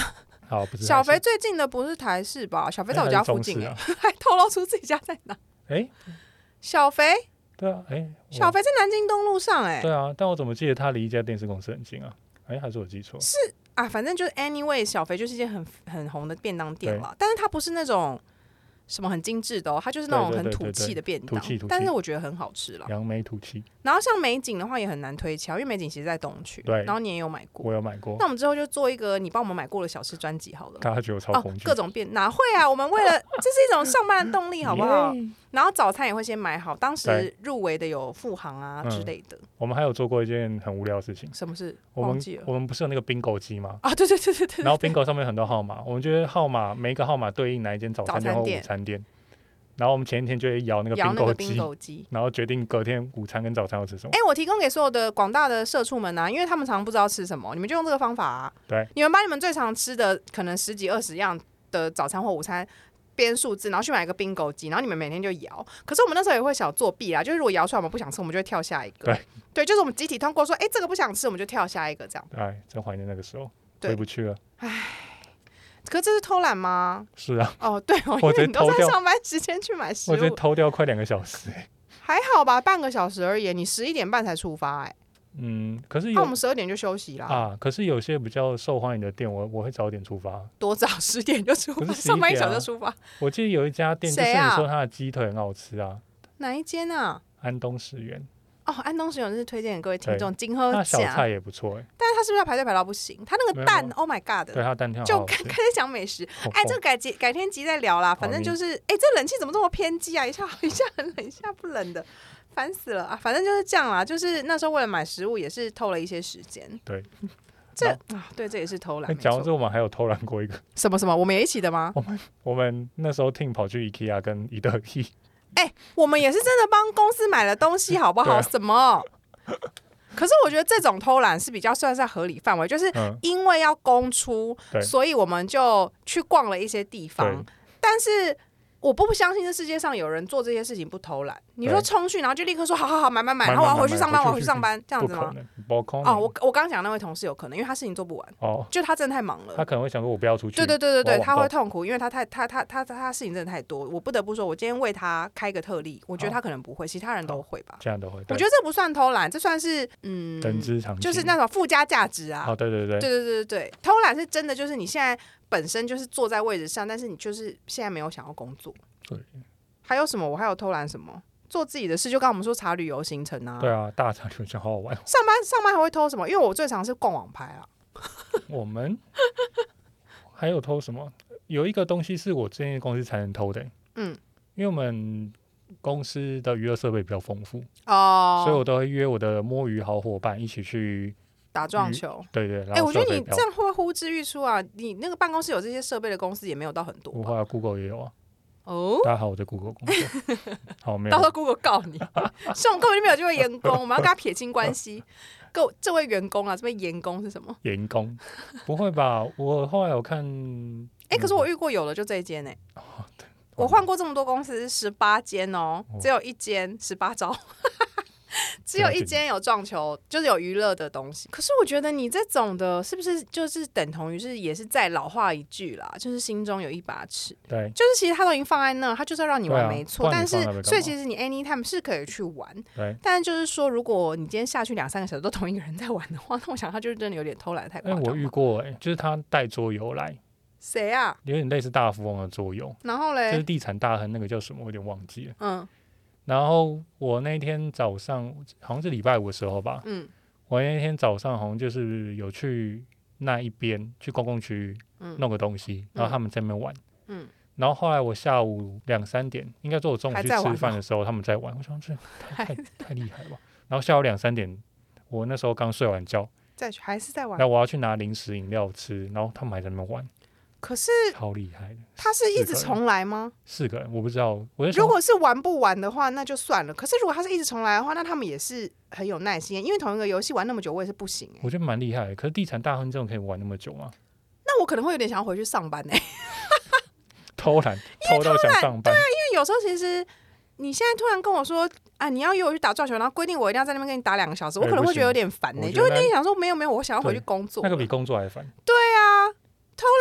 B: 好，不是
A: 小肥最近的不是台视吧？小肥在我家附近还透露出自己家在哪。小肥，
B: 对啊，
A: 小肥在南京东路上
B: 对啊，但我怎么记得他离一家电视公司很近啊？还是我记错？
A: 是啊，反正就是 anyway， 小肥就是一间很红的便当店啦，但是它不是那种什么很精致的它就是那种很土气的便当，但是我觉得很好吃啦。
B: 杨梅土气。
A: 然后像美景的话也很难推敲，因为美景其实在东区，然后你也有买过，
B: 我有买过。
A: 那我们之后就做一个你帮我们买过的小吃专辑好了。
B: 大家觉得我超恐惧，
A: 各种哪会啊？我们为了这是一种上班的动力，好不好？然后早餐也会先买好，当时入围的有富航啊之类的。
B: 我们还有做过一件很无聊的事情。
A: 什么事？
B: 忘记了。我们不是有那个 bingo 机吗？
A: 对。
B: 然后 bingo 上面很多号码，我们觉得每一个号码对应哪一间早餐店或午餐店。然后我们前一天就会摇那个 bingo 机，然后决定隔天午餐跟早餐要吃什么。
A: 我提供给所有的广大的社畜们因为他们常常不知道吃什么，你们就用这个方法啊。
B: 对，
A: 你们把你们最常吃的可能10几20样的早餐或午餐编数字，然后去买一个 bingo 机，然后你们每天就摇。可是我们那时候也会小作弊啦，就是如果摇出来我们不想吃，我们就会跳下一个。对，就是我们集体通过说，这个不想吃，我们就跳下一个这样。
B: 真怀念那个时候，回不去了。
A: 可是这是偷懒吗？
B: 是啊。
A: 对因为你都在上班时间去买食物，
B: 我直接偷掉快2个小时。
A: 还好吧，半个小时而已。你11点半才出发
B: 可是
A: 我们12点就休息啦。
B: 可是有些比较受欢迎的店，我会早点出发。
A: 多早？10点就出发？上班1小时就出发？
B: 我记得有一家店，就是你说它的鸡腿很好吃啊。
A: 哪一间啊？
B: 安东食园。
A: 安东食园是推荐给各位听众，金喝
B: 甲。那小菜也不错
A: 但是他是不是要排队排到不行？他那个蛋 ，Oh my God！
B: 对，他蛋挺好吃。
A: 就开始讲美食，这个改天集再聊啦。反正就是，这冷气怎么这么偏激啊？一下很冷，一下不冷的，烦死了啊！反正就是这样啦。就是那时候为了买食物，也是偷了一些时间。
B: 对，
A: 对，这也是偷懒。
B: 讲到这，我们还有偷懒过一个
A: 什么？我们也一起的吗？
B: 我们那时候 team 跑去 IKEA 跟宜得利。
A: 我们也是真的帮公司买了东西，好不好？什么？可是我觉得这种偷懒是比较算在合理范围，就是因为要公出，所以我们就去逛了一些地方，但是我不相信这世界上有人做这些事情不偷懒。你说冲去，然后就立刻说好买，然后我要回去上班，我要回去上班，这样子吗？我刚刚讲那位同事有可能，因为他事情做不完，就他真的太忙了，
B: 他可能会想说我不要出去。
A: 对，他会痛苦，因为他事情真的太多。我不得不说，我今天为他开个特例，我觉得他可能不会，其他人都会吧。
B: 这样都会。
A: 我觉得这不算偷懒，这算是
B: 人之常情，
A: 就是那种附加价值啊。
B: 对，
A: 偷懒是真的，就是你现在本身就是坐在位置上，但是你就是现在没有想要工作。
B: 对。
A: 还有什么？我还有偷懒什么？做自己的事，就刚我们说查旅游行程啊。
B: 对啊，大查旅游行好好玩。
A: 上班还会偷什么？因为我最常是逛网拍啊。
B: 我们还有偷什么？有一个东西是我这间公司才能偷的。因为我们公司的娱乐设备比较丰富所以我都会约我的摸鱼好伙伴一起去
A: 打撞球。
B: 对。
A: 我觉得你这样会不会呼之欲出啊？你那个办公室有这些设备的公司也没有到很多吧。
B: 不会啊 ，Google 也有啊。大家好，我在 Google 工作。好，没有。
A: 到时候 Google 告你，所以我们根本就没有这位员工，我们要跟他撇清关系。这位员工啊，这位员工是什么？
B: 员工？不会吧？我后来有看，
A: 可是我遇过有的就这一间我换过这么多公司，18间只有一间18招。只有一间有撞球，就是有娱乐的东西。可是我觉得你这种的，是不是就是等同于是也是在老话一句啦，就是心中有一把尺。
B: 对，
A: 就是其实他都已经放在那，他就是要让你玩，没错。但是所以其实你 anytime 是可以去玩。
B: 对。
A: 但是就是说，如果你今天下去2-3个小时都同一个人在玩的话，那我想他就是真的有点偷懒太夸张。
B: 我遇过就是他带桌游来。
A: 谁啊？
B: 有点类似大富翁的桌游。
A: 然后嘞，
B: 就是地产大亨那个叫什么，我有点忘记了。然后我那天早上好像是礼拜5的时候吧，我那天早上好像就是有去那一边去公共区弄个东西，然后他们在那边玩，然后后来我下午2-3点，应该说我中午去吃饭的时候他们在玩，我想这太厉害了吧。然后下午2-3点，我那时候刚睡完觉，
A: 还是在玩，
B: 然后我要去拿零食饮料吃，然后他们还在那边玩。
A: 可是
B: 超厉害的，
A: 他是一直重来吗
B: ？4个人，我不知道。
A: 如果是玩不完的话，那就算了。可是如果他是一直重来的话，那他们也是很有耐心，因为同一个游戏玩那么久，我也是不行。
B: 我觉得蛮厉害的。可是地产大亨这种可以玩那么久吗？
A: 那我可能会有点想要回去上班
B: 偷懒，偷到想上班。对啊，
A: 因为有时候其实你现在突然跟我说啊，你要约我去打撞球，然后规定我一定要在那边跟你打2个小时，我可能会觉得有点烦就会跟你想说没有，我想要回去工作。
B: 那个比工作还烦。
A: 对啊。偷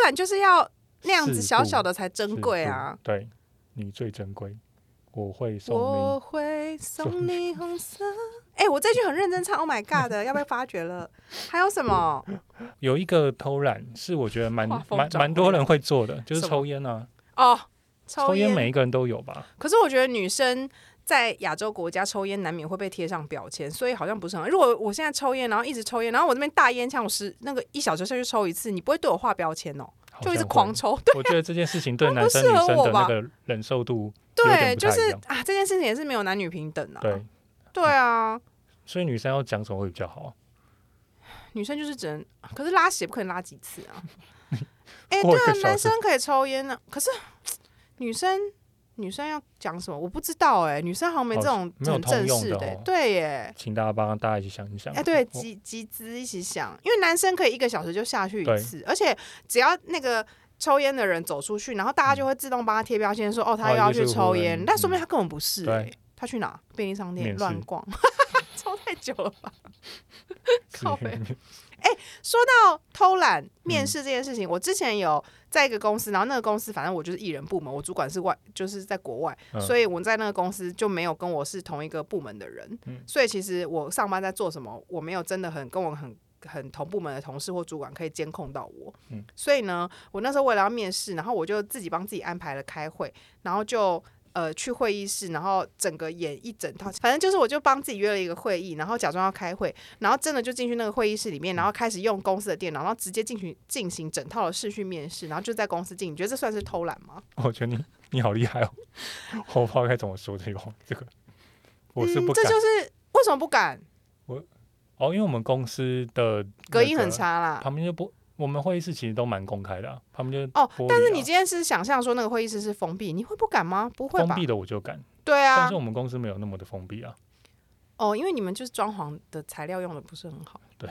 A: 懒就是要那样子小小的才珍贵啊。
B: 对，你最珍贵，我会送你
A: 红色。我这句很认真唱 ，Oh my God 的，要被发掘了。还有什么？
B: 有一个偷懒是我觉得蛮多人会做的，就是抽烟啊。
A: 哦，
B: 抽烟每一个人都有吧？
A: 可是我觉得女生在亚洲国家抽烟难免会被贴上标签，所以好像不是很好。如果我现在抽烟，然后一直抽烟，然后我这边大烟枪，我那个1小时下去抽一次，你不会对我画标签哦，就一直狂抽。
B: 我觉得这件事情对男生女生的那个忍受度有点不太一样，
A: 就是啊，这件事情也是没有男女平等啊。对啊，
B: 所以女生要讲什么会比较好？
A: 女生就是只能，可是拉血不可能拉几次啊？对啊，男生可以抽烟啊，可是女生要讲什么？我不知道女生好像没这种很正式的。对耶，
B: 请大家帮大家一起想一想。
A: 对，集资一起想，因为男生可以1个小时就下去一次，而且只要那个抽烟的人走出去，然后大家就会自动帮他贴标签说他又要去抽烟，但说明他根本不是他去哪？便利商店乱逛，抽太久了吧？靠北。说到偷懒面试这件事情，我之前有在一个公司，然后那个公司反正我就是艺人部门，我主管是就是在国外，所以我在那个公司就没有跟我是同一个部门的人，所以其实我上班在做什么，我没有真的跟我很同部门的同事或主管可以监控到我，所以呢，我那时候为了要面试，然后我就自己帮自己安排了开会，然后就去会议室，然后整个演一整套，反正就是我就帮自己约了一个会议，然后假装要开会，然后真的就进去那个会议室里面，然后开始用公司的电脑，然后直接进行整套的视讯面试，然后就在公司进行。你觉得这算是偷懒吗？
B: 我觉得你好厉害哦，我不知道该怎么说这个，我是不敢。
A: 这就是为什么不敢？
B: 因为我们公司的
A: 隔音很差啦，
B: 旁边就不。我们会议室其实都蛮公开的他们就
A: 但是你今天是想象说那个会议室是封闭，你会不敢吗？不会吧？
B: 封闭的我就敢。
A: 对啊，
B: 但是我们公司没有那么的封闭啊。
A: 因为你们就是装潢的材料用的不是很好。
B: 对，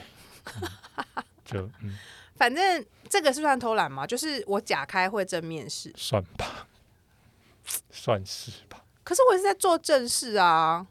A: 反正这个是算偷懒吗？就是我假开会真面试，
B: 算吧，算是吧。
A: 可是我也是在做正事啊。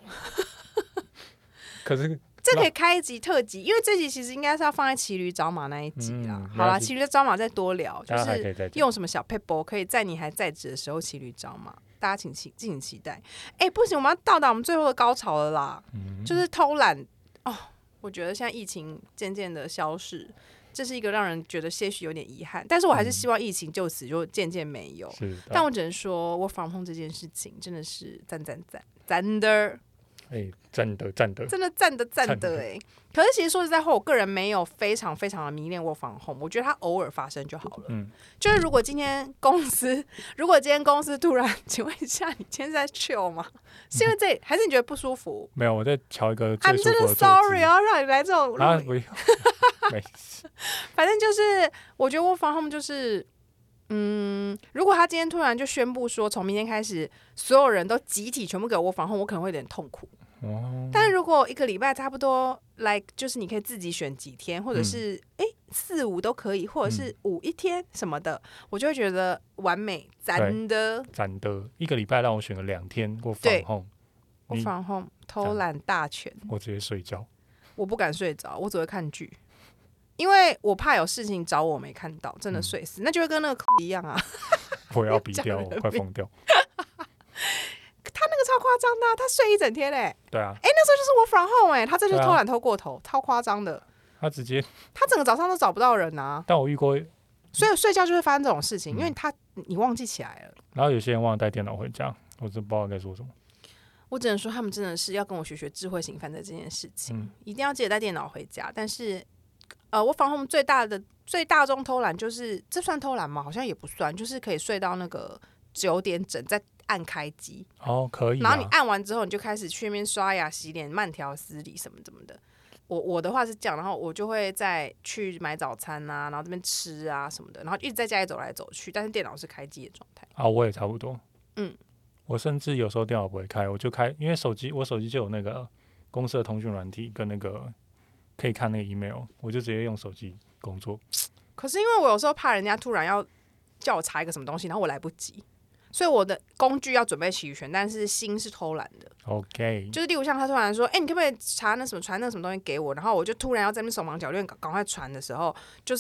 B: 可是。
A: 这可以开一集特辑，因为这集其实应该是要放在骑驴找马那一集啦。好啦，骑驴找马再多聊，就是用什么小 paper 可以在你还在职的时候骑驴找马，大家敬请期待。不行，我们要到达我们最后的高潮了啦，就是偷懒我觉得现在疫情渐渐的消逝，这是一个让人觉得些许有点遗憾，但是我还是希望疫情就此就渐渐没有。但我只能说我防控这件事情真的是赞的。
B: 赞的
A: 真的赞的可是其实说实在话，我个人没有非常非常的迷恋 work from home， 我觉得它偶尔发生就好了。就是如果今天公司突然，请问一下，你今天在 chill 吗？是因为还是你觉得不舒服？
B: 没有，我在瞧一个最舒服的坐姿。
A: I'm sorry， 让你来这种
B: 不用，没事。
A: 反正就是我觉得 work from home 就是。如果他今天突然就宣布说，从明天开始，所有人都集体全部给我防控，我可能会有点痛苦。但如果1个礼拜差不多就是你可以自己选几天，或者是4、5都可以，或者是5、1天什么的，我就会觉得完美，赞的。
B: 1个礼拜让我选个2天，我防控，
A: 我防控偷懒大全，
B: 我直接睡觉。
A: 我不敢睡着，我只会看剧。因为我怕有事情找我没看到，真的睡死，那就会跟那个一样啊！
B: 我要逼掉，我快疯掉。
A: 他那个超夸张的他睡一整天嘞。
B: 对啊。
A: 那时候就是我from home他这就是偷懒偷过头，超夸张的。
B: 他直接，
A: 他整个早上都找不到人啊。
B: 但我遇过，
A: 所以睡觉就会发生这种事情，因为你忘记起来了。
B: 然后有些人忘了带电脑回家，我真不知道该说什么。
A: 我只能说他们真的是要跟我学智慧型犯罪这件事情，一定要记得带电脑回家，但是。我防控最大宗偷懒就是这算偷懒吗？好像也不算，就是可以睡到那个9点整再按开机
B: 可以。
A: 然后你按完之后，你就开始去那边刷牙、洗脸、慢条斯理什么的。我的话是这样，然后我就会再去买早餐啊，然后这边吃啊什么的，然后一直在家里走来走去，但是电脑是开机的状态。
B: 我也差不多。我甚至有时候电脑不会开，我就开，因为我手机就有那个公司的通讯软体跟那个。可以看那个 email， 我就直接用手机工作。
A: 可是因为我有时候怕人家突然要叫我查一个什么东西，然后我来不及，所以我的工具要准备齐全，但是心是偷懒的。
B: OK，
A: 就是例如像他突然说，你可不可以查传那什么东西给我？然后我就突然要在那边手忙脚乱赶快传的时候，就是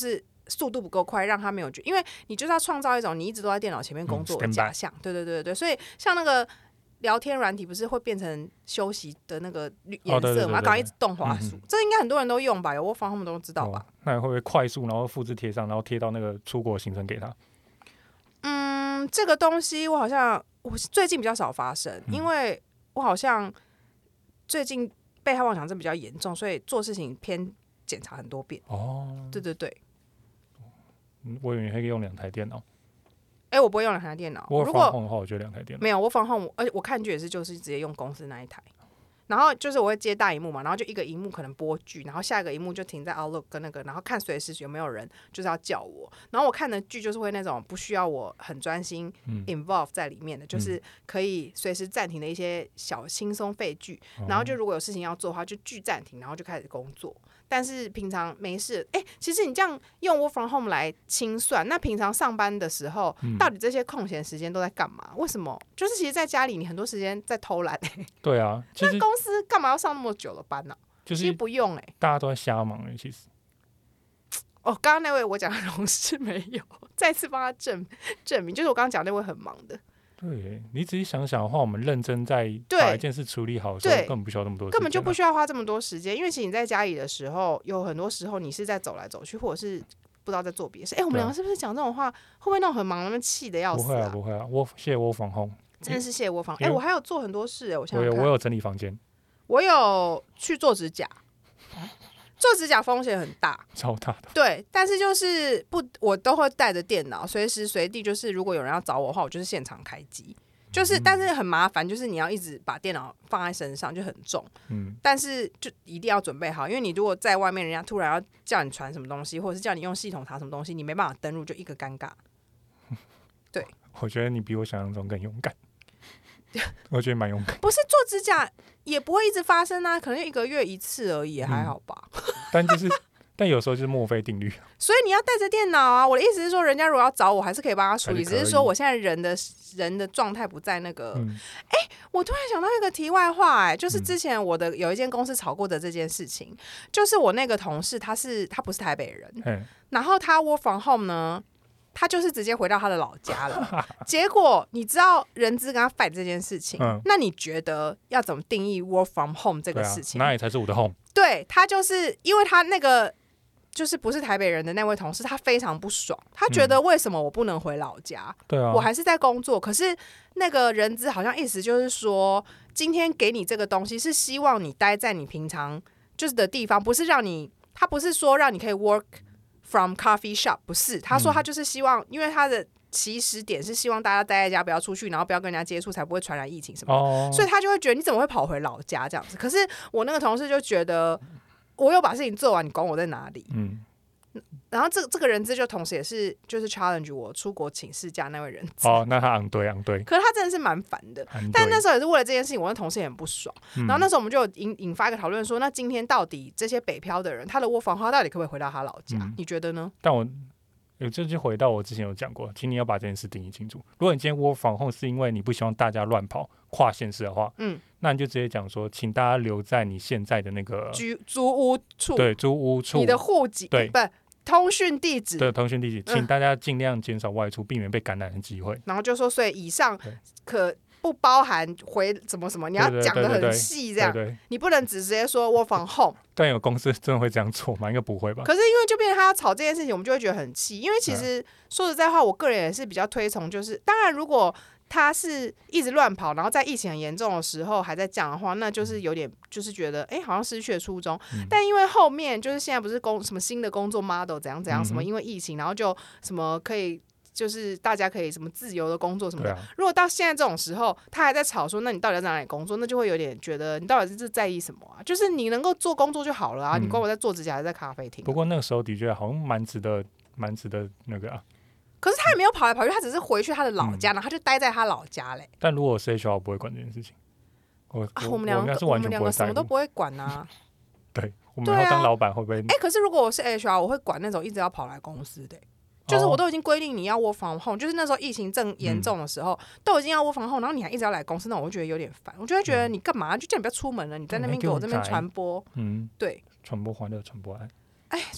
A: 速度不够快，让他没有因为你就是要创造一种你一直都在电脑前面工作的假象。对，所以像那个聊天软体不是会变成休息的那个颜色嘛？刚刚一直动滑鼠，这应该很多人都用吧？有我访他们都知道吧？
B: 那会不会快速然后复制贴上，然后贴到那个出国行程给他？
A: 这个东西我最近比较少发生，因为我好像最近被害妄想症比较严重，所以做事情偏检查很多遍。对。
B: 我以为你可以用2台电脑。
A: 我不会用2台电脑。
B: 我防控的话，我就2台电脑。
A: 没有，我防控，而且我看剧也是就是直接用公司那一台。然后就是我会接大萤幕嘛，然后就一个萤幕可能播剧，然后下一个萤幕就停在 Outlook 跟那个，然后看随时有没有人就是要叫我。然后我看的剧就是会那种不需要我很专心 involve 在里面的，就是可以随时暂停的一些小轻松废剧。然后就如果有事情要做的话，就剧暂停，然后就开始工作。但是平常没事，其实你这样用 work from home 来清算，那平常上班的时候，到底这些空闲时间都在干嘛？为什么？就是其实在家里你很多时间在偷懒。
B: 对啊，
A: 那公司干嘛要上那么久的班呢？
B: 就是
A: 其实不用
B: 大家都在瞎忙其实。
A: 刚刚那位我讲的同事没有，再次帮他证明，就是我刚刚讲那位很忙的。
B: 对，你仔细想想的话，我们认真在把一件事处理好的时候，根本不需要那么多时间，
A: 根本就不需要花这么多时间。因为其实你在家里的时候，有很多时候你是在走来走去，或者是不知道在做别的事。我们两个是不是讲这种话，会不会那种很忙，那么气的要死啊？
B: 不会啊，谢我防控，
A: 真的是谢我防。我还有做很多事我想想看，
B: 我有整理房间，
A: 我有去做指甲。做指甲风险很大，
B: 超大的。
A: 对，但是就是我都会带着电脑，随时随地就是如果有人要找我的话，我就是现场开机。但是很麻烦，就是你要一直把电脑放在身上，就很重。但是就一定要准备好，因为你如果在外面，人家突然要叫你传什么东西，或者是叫你用系统查什么东西，你没办法登录，就一个尴尬。对，
B: 我觉得你比我想象中更勇敢。我觉得蛮勇敢。
A: 不是做指甲也不会一直发生啊，可能1个月1次而已，也还好吧。
B: 但有时候就是墨菲定律。
A: 所以你要带着电脑啊！我的意思是说，人家如果要找我，还是可以帮他处理，只是说我现在人的状态不在那个。我突然想到一个题外话，就是之前我的有一间公司吵过的这件事情，就是我那个同事他不是台北人，然后他 work from home 呢，他就是直接回到他的老家了。结果你知道人资跟他 fight 这件事情，那你觉得要怎么定义 work from home 这个事情？
B: 哪里才是我的 home？
A: 对，他就是因为他那个就是不是台北人的那位同事，他非常不爽，他觉得为什么我不能回老家？
B: 对啊，
A: 我还是在工作。可是那个人资好像意思就是说，今天给你这个东西是希望你待在你平常就是的地方，不是让你，他不是说让你可以 work from coffee shop， 不是，他说他就是希望，因为他的起始点是希望大家待在家，不要出去，然后不要跟人家接触，才不会传染疫情什么的。所以他就会觉得你怎么会跑回老家这样子？可是我那个同事就觉得，我有把事情做完，你管我在哪里？然后这个人资就同时也是就是 challenge 我出国请事假那位人资。
B: 那他昂对。
A: 可是他真的是蛮烦的。但那时候也是为了这件事情，我那同事也很不爽。然后那时候我们就引发一个讨论说，那今天到底这些北漂的人，他的work from home到底可不可以回到他老家？你觉得呢？
B: 但这就回到我之前有讲过，请你要把这件事定义清楚。如果你今天 work from home 是因为你不希望大家乱跑跨县市的话，那你就直接讲说，请大家留在你现在的那个
A: 租屋处，
B: 对，租屋处，
A: 你的户籍，对，不通讯地址，
B: 对，通讯地址，请大家尽量减少外出，避免被感染的机会。
A: 然后就说，所以以上可不包含回什么什么，你要讲得很细，这样，你不能只直接说 work from home。
B: 但有公司真的会这样做吗？应该不会吧？
A: 可是因为就变成他要吵这件事情，我们就会觉得很气。因为其实说实在话，我个人也是比较推崇，就是当然如果他是一直乱跑，然后在疫情很严重的时候还在这样的话，那就是有点就是觉得好像失去了初衷。但因为后面就是现在不是什么新的工作 model 怎样怎样，什么因为疫情，然后就什么可以就是大家可以什么自由的工作什么的。如果到现在这种时候他还在吵说，那你到底要在哪里工作？那就会有点觉得你到底是在意什么啊？就是你能够做工作就好了啊，你管我在做指甲还是在咖啡厅。
B: 不过那个时候的确好像蛮值得那个啊。
A: 可是他也没有跑来跑去，他只是回去他的老家，然后他就待在他老家嘞。
B: 但如果我是 HR， 我不会管这件事情。
A: 我们两个什么都不会管啊。
B: 对，我们要当老板会不会？
A: 可是如果我是 HR， 我会管那种一直要跑来公司的。就是我都已经规定你要 work from home，就是那时候疫情正严重的时候，都已经要 work from home，然后你还一直要来公司，那我会觉得有点烦。我就会觉得你干嘛？就叫你不要出门了，你在那边给我这边传播，对，
B: 传播欢乐，传播爱。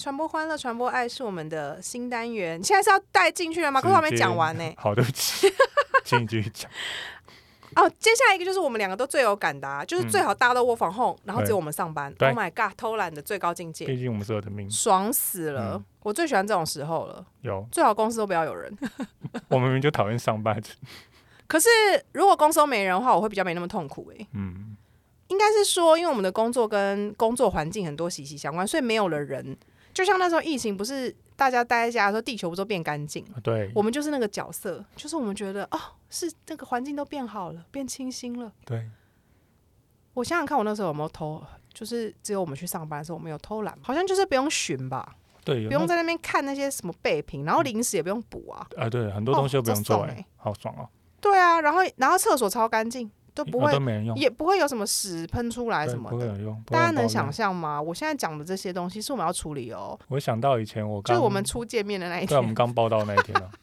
A: 传播欢乐，传播爱是我们的新单元，你现在是要带进去了吗？可是我还没讲完呢。
B: 好，对不起，请你继续讲。
A: 接下来一个就是我们两个都最有感的，就是最好大家都work from home，然后只有我们上班。Oh my god， 偷懒的最高境界。
B: 毕竟我们是我的命，
A: 爽死了！我最喜欢这种时候了。最好公司都不要有人。
B: 我明明就讨厌上班。
A: 可是如果公司都没人的话，我会比较没那么痛苦应该是说，因为我们的工作跟工作环境很多息息相关，所以没有了人。就像那时候疫情，不是大家待在家的时候，地球不是都变干净？
B: 对，
A: 我们就是那个角色，就是我们觉得是那个环境都变好了，变清新了。
B: 对，
A: 我想想看，我那时候有没有偷？就是只有我们去上班的时候，我们有偷懒，好像就是不用巡吧。
B: 对，
A: 不用在那边看那些什么备品，然后零食也不用补啊。
B: 对，很多东西都不用做好爽哦。
A: 对啊，然后厕所超干净。都不会，
B: 都没人用，
A: 也不会有什么屎喷出来什么的，
B: 不会有用。
A: 大家能想象吗？我现在讲的这些东西是我们要处理哦。
B: 我想到以前就是
A: 我们初见面的那一天，
B: 对，我们刚报道那一天啊。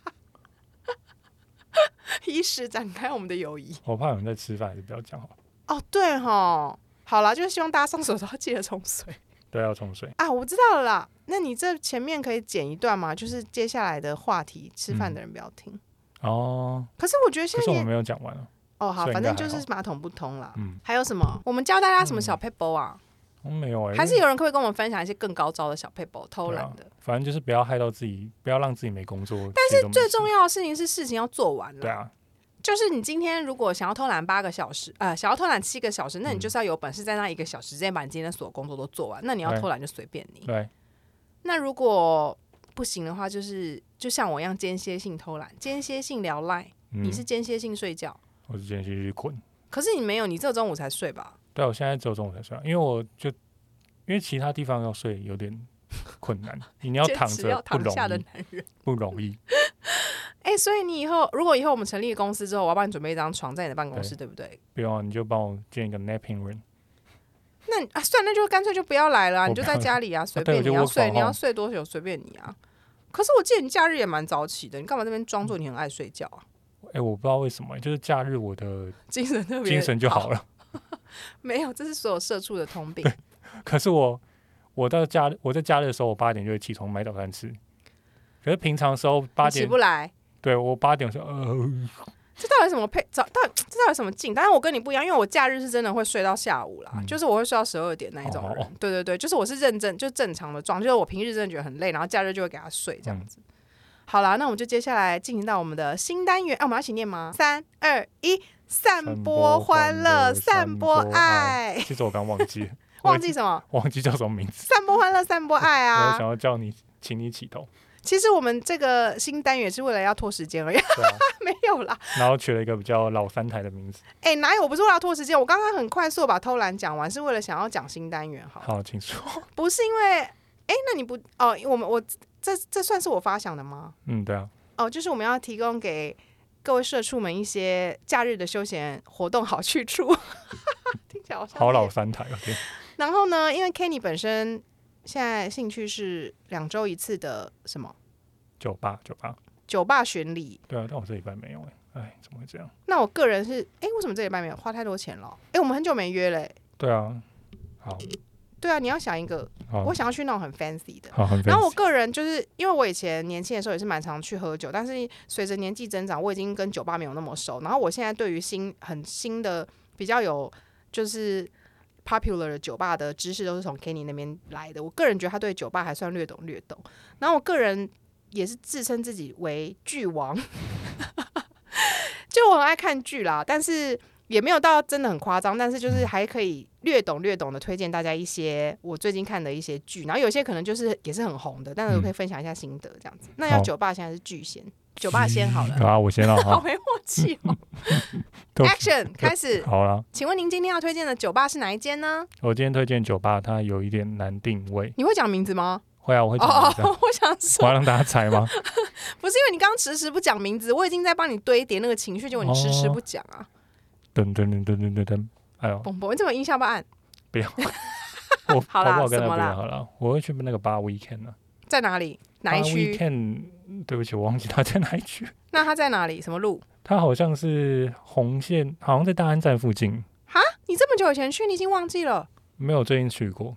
A: 以史展开我们的友谊。
B: 我怕有人在吃饭，还是不要讲好了。
A: 对齁，好啦，就是希望大家上手都要记得冲水。
B: 对，要冲水
A: 我知道了啦。那你这前面可以剪一段吗？就是接下来的话题，吃饭的人不要听。可是我觉得现在，
B: 可是我们没有讲完了。
A: 好，反正就是马桶不通啦。还有什么？我们教大家什么小撇步啊？
B: 没有
A: 还是有人可以跟我们分享一些更高招的小撇步，偷懒的。
B: 反正就是不要害到自己，不要让自己没工作。
A: 但是最重要的事情是事情要做完了。
B: 对啊，
A: 就是你今天如果想要偷懒8个小时，想要偷懒7个小时，那你就是要有本事在那1个小时之内把你今天所有工作都做完。那你要偷懒就随便你。
B: 对。
A: 那如果不行的话，就像我一样间歇性偷懒，间歇性聊赖。你是间歇性睡觉。我
B: 是间歇性困，
A: 可是你没有，你只有中午才睡吧？
B: 对，我现在只有中午才睡，因为其他地方要睡有点困难，你要躺着不容易，不容易。
A: 所以你如果以后我们成立公司之后，我要帮你准备一张床在你的办公室，对不对？
B: 不用，你就帮我建一个 napping room。
A: 那算了，那就干脆就不要来了，你就在家里啊，随便你要睡，你要睡多久随便你啊。可是我记得你假日也蛮早起的，你干嘛这边装作你很爱睡觉啊？
B: 我不知道为什么，就是假日我的
A: 精神特别
B: 精神就好了。
A: 没有，这是所有社畜的通病。
B: 可是我在假日的时候，我8点就会起床买早餐吃。可是平常的时候8点
A: 起不来。
B: 对，我8点说
A: 这到底什么这到底什么劲？但是我跟你不一样，因为我假日是真的会睡到下午啦，就是我会睡到12点那一种人。对对对，就是我是认真就正常的状，就是我平日真的觉得很累，然后假日就会给他睡这样子。好啦，那我们就接下来进行到我们的新单元我们要一起念吗？3、2、1，散播欢乐，散播爱。
B: 其实我刚忘记了。
A: 忘记什么？
B: 忘记叫什么名字？
A: 散播欢乐，散播爱啊！
B: 我想要请你起头。
A: 其实我们这个新单元是为了要拖时间而已，没有啦。
B: 然后取了一个比较老三台的名字。
A: 哪有？我不是为了拖时间，我刚刚很快速把偷懒讲完，是为了想要讲新单元。
B: 好，请说。
A: 不是因为，那你不我这算是我发想的吗？
B: 对啊。
A: 就是我们要提供给各位社畜们一些假日的休闲活动好去处。听起来好
B: 老三台，OK。
A: 然后呢，因为 Kenny 本身现在兴趣是2周1次的什么？酒吧巡礼。对啊，
B: 但我这礼拜没有怎么会这样？
A: 那我个人是为什么这礼拜没有？花太多钱了。我们很久没约了。
B: 对啊，好。
A: 对啊，你要想一个，我想要去那种很 fancy 的。
B: 很 fancy。
A: 然后我个人就是因为我以前年轻的时候也是蛮常去喝酒，但是随着年纪增长，我已经跟酒吧没有那么熟。然后我现在对于很新的比较有就是 popular 的酒吧的知识都是从 Kenny 那边来的。我个人觉得他对酒吧还算略懂。然后我个人也是自称自己为剧王，就我很爱看剧啦，但是也没有到真的很夸张，但是就是还可以略懂的推荐大家一些我最近看的一些剧，然后有些可能就是也是很红的，但是我可以分享一下心得这样子。那要酒吧现在是剧先，酒吧先好了。
B: 我先了。
A: 好没默契哦。Action 开始。好了，请问您今天要推荐的酒吧是哪一间呢？
B: 我今天推荐酒吧，它有一点难定位。
A: 你会讲名字吗？
B: 会啊，我会讲名字。
A: 我想说，
B: 我要让大家猜吗？
A: 不是，因为你刚刚迟迟不讲名字，我已经在帮你堆叠那个情绪，结果你迟迟不讲啊。
B: 噔，哎呦，
A: 你这么音效不按？
B: 不要。我
A: 好啦，
B: 什么啦？好了，我会去那个 Bar Weekend 了。
A: 在哪里？哪一区
B: ？Weekend， 对不起，我忘记它在哪一区。
A: 那它在哪里？什么路？
B: 它好像是红线，好像在大安站附近。
A: 哈，你这么久以前去，你已经忘记了？
B: 没有，最近去过。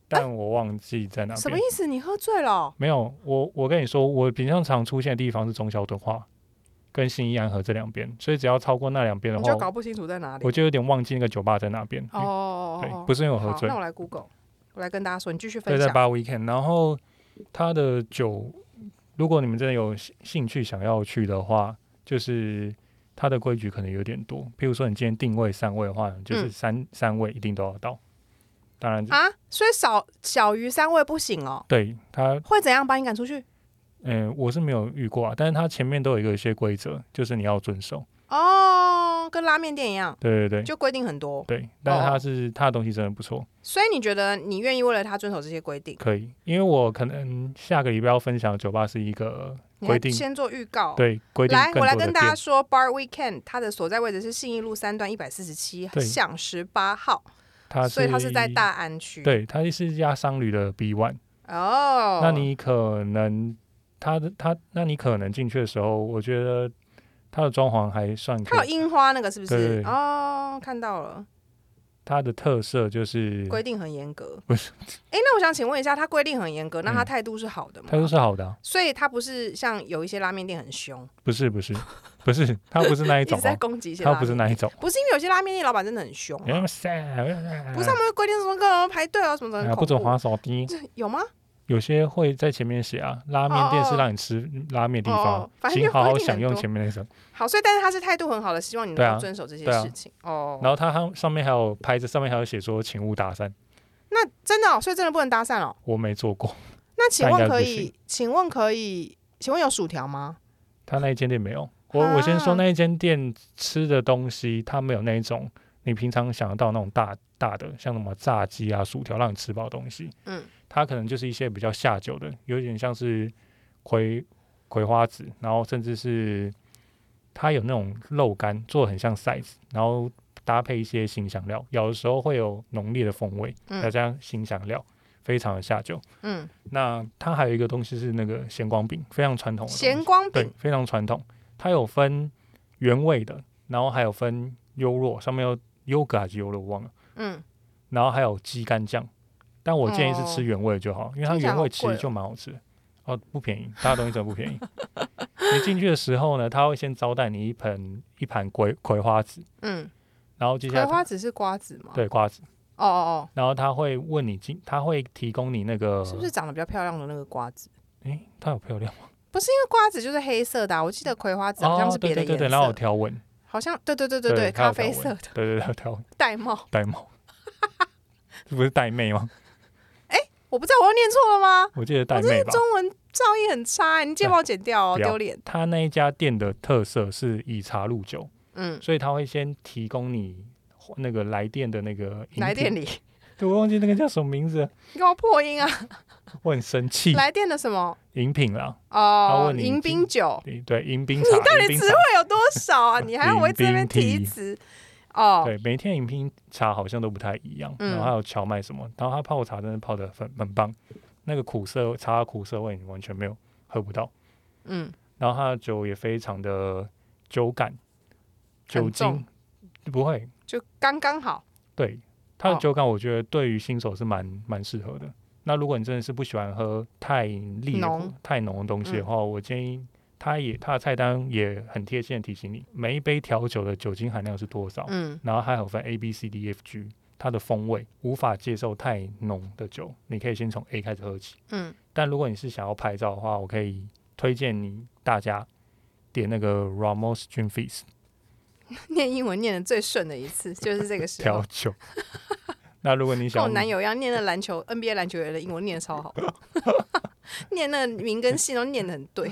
B: 但我忘记在哪边。
A: 什么意思？你喝醉了哦？
B: 没有，我跟你说，我平常常出现的地方是忠孝敦化跟信义安和这两边，所以只要超过那两边的话，
A: 你就搞不清楚在哪里。
B: 我就有点忘记那个酒吧在哪边。对，不是因为我喝醉。
A: 那我来 Google， 我来跟大家说，你继续分享。
B: 对，在 Bar Weekend， 然后它的酒，如果你们真的有兴趣想要去的话，就是它的规矩可能有点多。譬如说，你今天定位3位的话，就是三位一定都要到。当然
A: 啊，所以小于3位不行哦。
B: 对，他
A: 会怎样把你赶出去？
B: 我是没有遇过啊，但是他前面都有一些规则，就是你要遵守。
A: 哦，跟拉面店一样。
B: 对对对，
A: 就规定很多。
B: 对，但是他的东西真的不错。
A: 所以你觉得你愿意为了他遵守这些规定？
B: 可以，因为我可能下个礼拜要分享的酒吧是一个规定，
A: 先做预告。
B: 对，规定更多的店。
A: 来，我来跟大家说 ，Bar Weekend 它的所在位置是信义路3段147巷18号。所以它是在大安区。
B: 对，它是一家商旅的 B1。
A: 哦，
B: 那你可能那你可能进去的时候，我觉得它的装潢还算可以。
A: 它有樱花那个是不是？
B: 对
A: 哦，看到了。
B: 它的特色就是
A: 规定很严格。
B: 不是？
A: 那我想请问一下，它规定很严格，那它态度是好的吗？
B: 态度是好的啊。
A: 所以它不是像有一些拉面店很凶。
B: 不是，它不是那一种。
A: 一直在攻击一些拉面店。
B: 它不是那一种。
A: 不是因为有些拉面店老板真的很凶。不是他们会规定什么个人排队啊什么的，
B: 不准滑手机。
A: 有吗？
B: 有些会在前面写啊，拉面店是让你吃拉面地方，请好好享用前面那个。
A: 好，所以但是他是态度很好的，希望你能够遵守这些事情。
B: 然后他上面还有牌子，上面还有写说请勿搭讪。
A: 那真的所以真的不能搭讪哦？
B: 我没做过。
A: 那请问可以？请问有薯条吗？
B: 他那一间店没有。我先说那一间店吃的东西，它没有那一种你平常想得到那种大的，像什么炸鸡啊、薯条让你吃饱的东西。它可能就是一些比较下酒的，有点像是葵花籽，然后甚至是它有那种肉干做得很像骰子，然后搭配一些辛香料，有的时候会有浓烈的风味，再加上辛香料，非常的下酒。那它还有一个东西是那个咸光饼，非常传统的东西。
A: 咸光饼
B: 对，非常传统。它有分原味的，然后还有分优酪，上面有优格还是优酪我忘了。然后还有鸡肝酱。但我建议是吃原味就好，因为它原味其实就蛮好吃的。不便宜，它的东西真的不便宜。你进去的时候呢，他会先招待你一盘葵花籽，然后接下来
A: 葵花籽是瓜子吗？
B: 对，瓜子。然后他会问你他会提供你那个
A: 是不是长得比较漂亮的那个瓜子？
B: 它有漂亮吗？
A: 不是，因为瓜子就是黑色的，我记得葵花籽好像是别的颜色。
B: 对，然后有条纹，
A: 好像对，咖啡色的，
B: 对，有条纹。
A: 玳瑁，
B: 这不是玳瑁吗？
A: 我不知道我又念错了吗？
B: 我记得玳瑁吧。
A: 中文造诣很差，你帮我剪掉哦，丢脸。
B: 他那一家店的特色是以茶入酒，所以他会先提供你那个来电的那个
A: 来电礼。
B: 对，我忘记那个叫什么名字了。
A: 你干嘛破音啊？
B: 我很生气。
A: 来电的什么？
B: 饮品啦。
A: 迎宾酒。
B: 对，迎宾茶。
A: 你到底词汇有多少啊？你还要我一直在那边提词。
B: 对，每天饮品茶好像都不太一样，然后还有荞麦什么，然后它泡茶真的泡得很棒，那个茶的苦涩味你完全没有喝不到。然后它的酒也非常的酒感，酒精不会，
A: 就刚刚好。
B: 对，它的酒感我觉得对于新手是蛮适合的。那如果你真的是不喜欢喝太浓的东西的话，我建议它的菜单也很贴心的提醒你，每一杯调酒的酒精含量是多少，然后还有分 A、B、C、D、F、G， 它的风味无法接受太浓的酒，你可以先从 A 开始喝起。但如果你是想要拍照的话，我可以推荐大家点那个 Ramos Gin Fizz。
A: 念英文念的最顺的一次就是这个时候。
B: 调酒。那如果你想，
A: 跟我男友一样，念那篮球 NBA 篮球员的英文念的超好，念那个名跟姓都念得很对。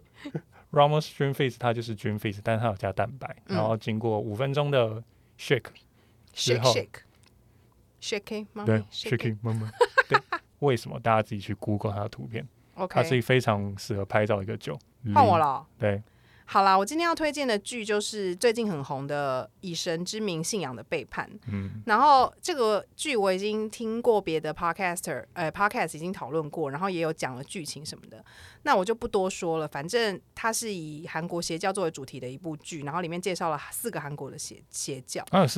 B: Ramos Gin Fizz 它就是 Gin Fizz， 但它有加蛋白，然后经过5分钟的 shake
A: 吗？
B: 对 shake 慢慢。对，为什么大家自己去 Google 它的图片？它是非常适合拍照一个酒。
A: 换我了。
B: 对。
A: 好啦，我今天要推荐的剧就是最近很红的《以神之名：信仰的背叛》。然后这个剧我已经听过别的 podcast 已经讨论过，然后也有讲了剧情什么的，那我就不多说了。反正它是以韩国邪教作为主题的一部剧，然后里面介绍了4个韩国的邪教。
B: 有4个。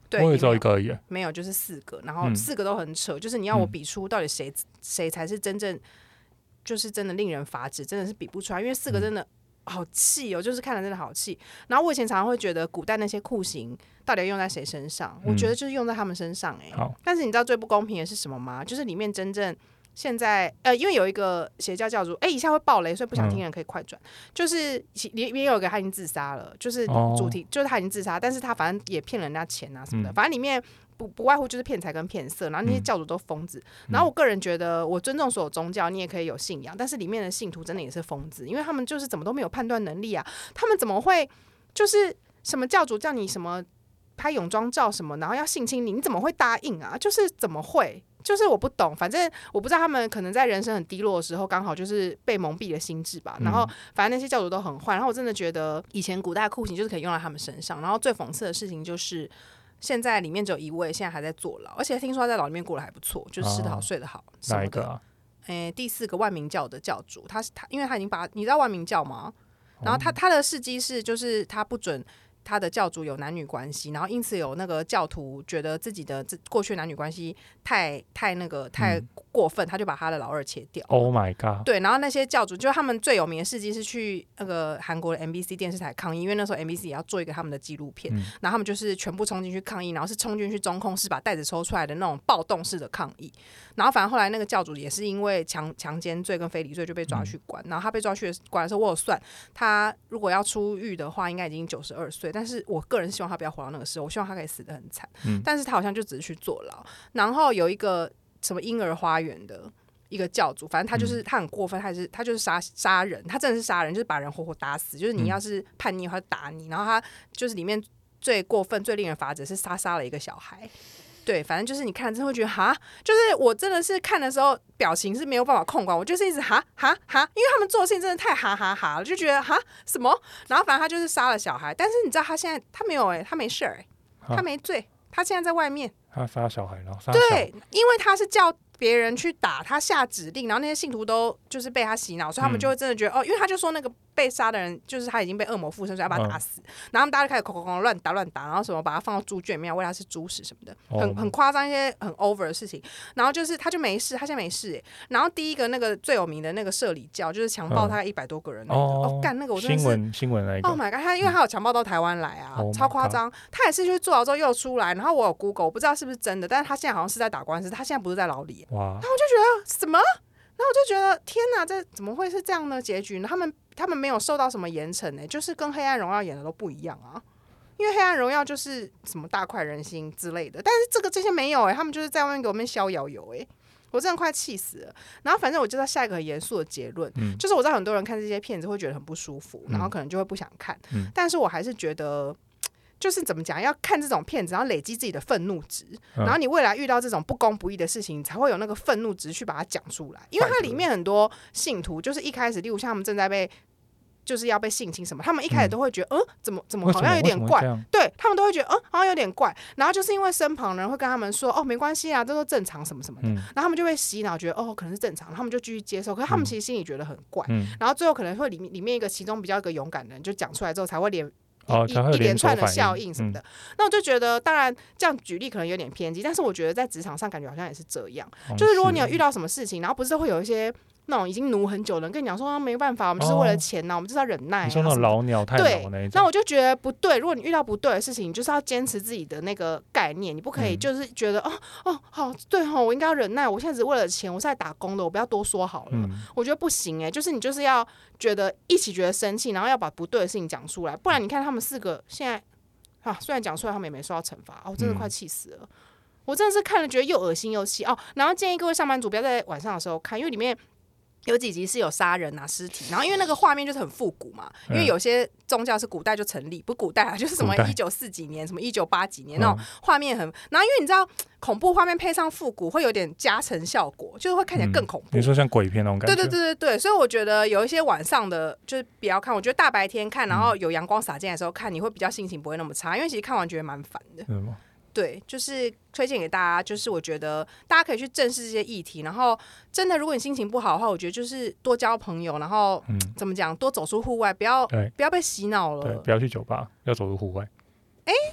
A: 对，
B: 我也只有一个而已。
A: 没有，就是4个，然后4个都很扯，就是你要我比出到底谁才是真正就是真的令人发指，真的是比不出来，因为4个真的好气哦，就是看了真的好气。然后我以前常常会觉得古代那些酷刑到底要用在谁身上？我觉得就是用在他们身上但是你知道最不公平的是什么吗？就是里面真正现在因为有一个邪教教主，以下会爆雷，所以不想听的人可以快转。就是里面有一个他已经自杀了，就是主题就是他已经自杀，但是他反正也骗人家钱啊什么的，反正里面不外乎就是骗财跟骗色，然后那些教主都疯子。然后我个人觉得，我尊重所有宗教，你也可以有信仰，但是里面的信徒真的也是疯子，因为他们就是怎么都没有判断能力啊，他们怎么会就是什么教主叫你什么拍泳装照什么，然后要性侵你，你怎么会答应啊？就是怎么会？就是我不懂，反正我不知道他们可能在人生很低落的时候，刚好就是被蒙蔽了心智吧。然后反正那些教主都很坏，然后我真的觉得以前古代的酷刑就是可以用在他们身上。然后最讽刺的事情就是现在里面只有一位现在还在坐牢，而且听说他在牢里面过得还不错，就是吃得好睡得好什么的。
B: 哪一个啊？
A: 第4个万民教的教主，他因为他已经把你知道万民教吗？然后他的事迹是就是他不准他的教主有男女关系，然后因此有那个教徒觉得自己的过去男女关系太过分，他就把他的老二切掉。
B: Oh my god！
A: 对，然后那些教主就他们最有名的事迹是去那个韩国的 MBC 电视台抗议，因为那时候 MBC 也要做一个他们的纪录片，然后他们就是全部冲进去抗议，然后是冲进去中控室把袋子抽出来的那种暴动式的抗议。然后反正后来那个教主也是因为强奸罪跟非礼罪就被抓去关，然后他被抓去关的时候，我有算他如果要出狱的话，应该已经92岁，但是我个人希望他不要活到那个时候，我希望他可以死得很惨。但是他好像就只是去坐牢。然后有一个什么婴儿花园的一个教主，反正他就是他很过分，他就是杀人，他真的是杀人，就是把人活活打死。就是你要是叛逆，他就打你。然后他就是里面最过分、最令人发指是杀了一个小孩。对，反正就是你看，真的会觉得哈，就是我真的是看的时候表情是没有办法控管，我就是一直哈，因为他们做的事情真的太哈了，就觉得哈什么，然后反正他就是杀了小孩，但是你知道他现在他没有他没事他没罪，他现在在外面，
B: 他杀小孩，然后杀小孩，
A: 对，因为他是叫别人去打他下指令，然后那些信徒都就是被他洗脑，所以他们就会真的觉得因为他就说那个被杀的人就是他已经被恶魔附身，所以要把他打死。然后他们大家就开始哐哐哐乱打，然后什么把他放到猪圈里面，喂他是猪屎什么的，很夸张一些很 over 的事情。然后就是他就没事，他现在没事然后第一个那个最有名的那个社里教，就是强暴大概100多个人那个，干那个我真的是
B: 新闻那一个
A: ，Oh my god！ 他因为他有强暴到台湾来啊，超夸张。他也是去坐牢之后又出来，然后我有 Google， 我不知道是不是真的，但是他现在好像是在打官司，他现在不是在牢里。
B: 哇！
A: 然后我就觉得什么？然后我就觉得天哪，这怎么会是这样的结局呢？他们没有受到什么严惩就是跟《黑暗荣耀》演的都不一样啊。因为《黑暗荣耀》就是什么大快人心之类的，但是这些没有他们就是在外面给我们逍遥游我真的快气死了。然后反正我就到下一个很严肃的结论，就是我知道很多人看这些片子会觉得很不舒服，然后可能就会不想看，但是我还是觉得。就是怎么讲，要看这种片子，然后累积自己的愤怒值，然后你未来遇到这种不公不义的事情，你才会有那个愤怒值去把它讲出来。因为它里面很多信徒，就是一开始，例如像他们正在被就是要被性侵什么，他们一开始都会觉得，怎么好像有点怪，对他们都会觉得，好像有点怪。然后就是因为身旁人会跟他们说，没关系啊，这都正常什么什么的，然后他们就会洗脑，觉得可能是正常，他们就继续接受。可是他们其实心里觉得很怪，然后最后可能会里面一个其中比较一个勇敢的人就讲出来之后，才会一连串的效应什么的，那我就觉得，当然这样举例可能有点偏激，但是我觉得在职场上感觉好像也是这样，就是如果你有遇到什么事情，然后不是会有一些那种已经奴很久的人跟你讲说没办法，我们就是为了钱我们就是要忍耐你
B: 说那种老鸟太老那一种，
A: 那我就觉得不对。如果你遇到不对的事情，你就是要坚持自己的那个概念，你不可以就是觉得好对我应该要忍耐，我现在只是为了钱，我是来打工的，我不要多说好了。我觉得不行就是你就是要觉得一起觉得生气，然后要把不对的事情讲出来，不然你看他们4个现在虽然讲出来他们也没受到惩罚我真的快气死了。我真的是看了觉得又恶心又气然后建议各位上班族不要在晚上的时候看，因为里面有几集是有杀人尸体，然后因为那个画面就是很复古嘛，因为有些宗教是古代就成立，不是古代就是什么1940几年什么1980几年那种画面很，然后因为你知道恐怖画面配上复古会有点加成效果，就是会看起来更恐怖。
B: 你说像鬼片那种感觉？
A: 对，所以我觉得有一些晚上的就是不要看，我觉得大白天看，然后有阳光洒进来的时候看，你会比较心情不会那么差，因为其实看完觉得蛮烦的。对，就是推荐给大家，就是我觉得大家可以去正视这些议题，然后真的如果你心情不好的话，我觉得就是多交朋友，然后怎么讲，多走出户外，不要被洗脑了。
B: 对，不要去酒吧，要走入户外。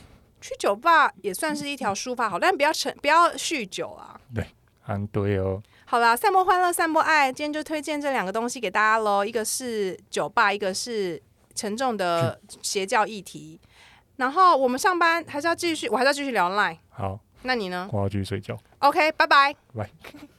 A: 去酒吧也算是一条抒发好，但不要酗酒啊。
B: 对哦。
A: 好啦，散播欢乐，散播爱，今天就推荐这2个东西给大家咯，一个是酒吧，一个是沉重的邪教议题。然后我们上班还是要继续，我还是要继续聊 LINE。
B: 好，
A: 那你呢？
B: 我要继续睡觉。
A: OK， 拜拜。
B: 拜。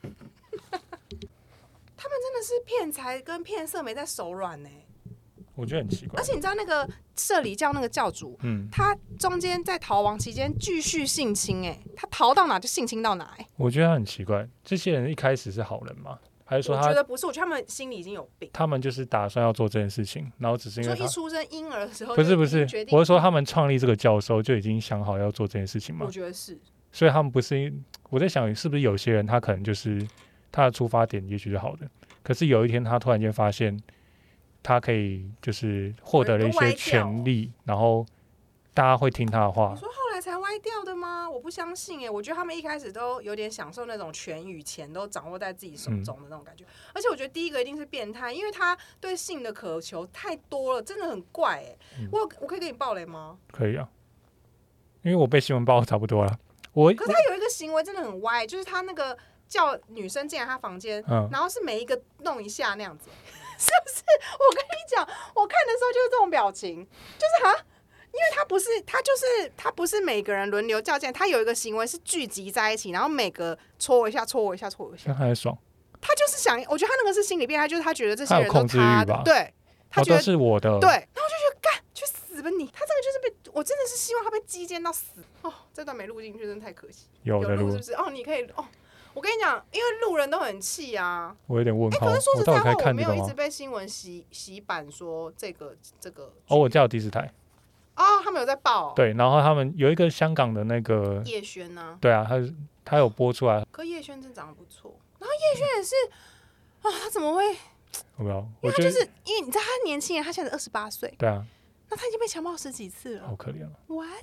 A: 他们真的是骗财跟骗色没在手软呢。
B: 我觉得很奇怪。
A: 而且你知道那个社里教那个教主，他中间在逃亡期间继续性侵，他逃到哪就性侵到哪，
B: 我觉得他很奇怪，这些人一开始是好人吗？还是说
A: 我觉得不是，我觉得他们心里已经有病。
B: 他们就是打算要做这件事情，然后只是因为
A: 一出生婴儿的时候
B: 不是，我是说他们创立这个教授就已经想好要做这件事情吗？
A: 我觉得是。
B: 所以他们不是，我在想是不是有些人他可能就是他的出发点也许是好的，可是有一天他突然间发现。他可以就是获得了一些权利，然后大家会听他的话。
A: 你说后来才歪掉的吗？我不相信我觉得他们一开始都有点享受那种权与钱都掌握在自己手中的那种感觉。而且我觉得第一个一定是变态，因为他对性的渴求太多了，真的很怪我可以跟你爆雷吗？
B: 可以啊，因为我被新闻报差不多了。
A: 可是他有一个行为真的很歪，就是他那个叫女生进来他房间，然后是每一个弄一下那样子。是不是？我跟你讲，我看的时候就是这种表情，就是因为他不是每个人轮流叫进来，他有一个行为是聚集在一起，然后每个戳一下，戳一下，戳一下，
B: 他还爽。
A: 他就是想，我觉得他那个是心理变态，就是他觉得这些人都他的，对，他觉得
B: 都是我的，
A: 对，然后我就觉得干去死吧你！他这个就是我真的是希望他被击奸到死这段没录进去，真的太可惜。
B: 有录
A: 是不是？你可以我跟你讲，因为路人都很气啊。
B: 我有点问号。
A: 可是说实在话，我没有
B: 一
A: 直被新闻洗版说这个。
B: 我家有第4台。
A: 他们有在报。
B: 对，然后他们有一个香港的那个
A: 叶轩呢。
B: 对啊，他有播出来。
A: 可叶轩真长得不错，然后叶轩也是他怎么会？
B: 我不知道，
A: 因为他就是因为你知道他年轻人，他现在28岁。
B: 对啊。
A: 那他已经被强暴10几次了，
B: 好可怜了。
A: What？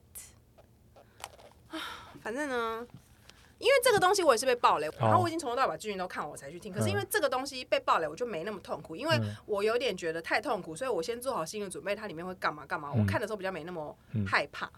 A: 反正呢。因为这个东西我也是被爆雷，然后我已经从头到尾把剧情都看完我才去听。可是因为这个东西被爆雷，我就没那么痛苦，因为我有点觉得太痛苦，所以我先做好心理准备，它里面会干嘛干嘛。我看的时候比较没那么害怕。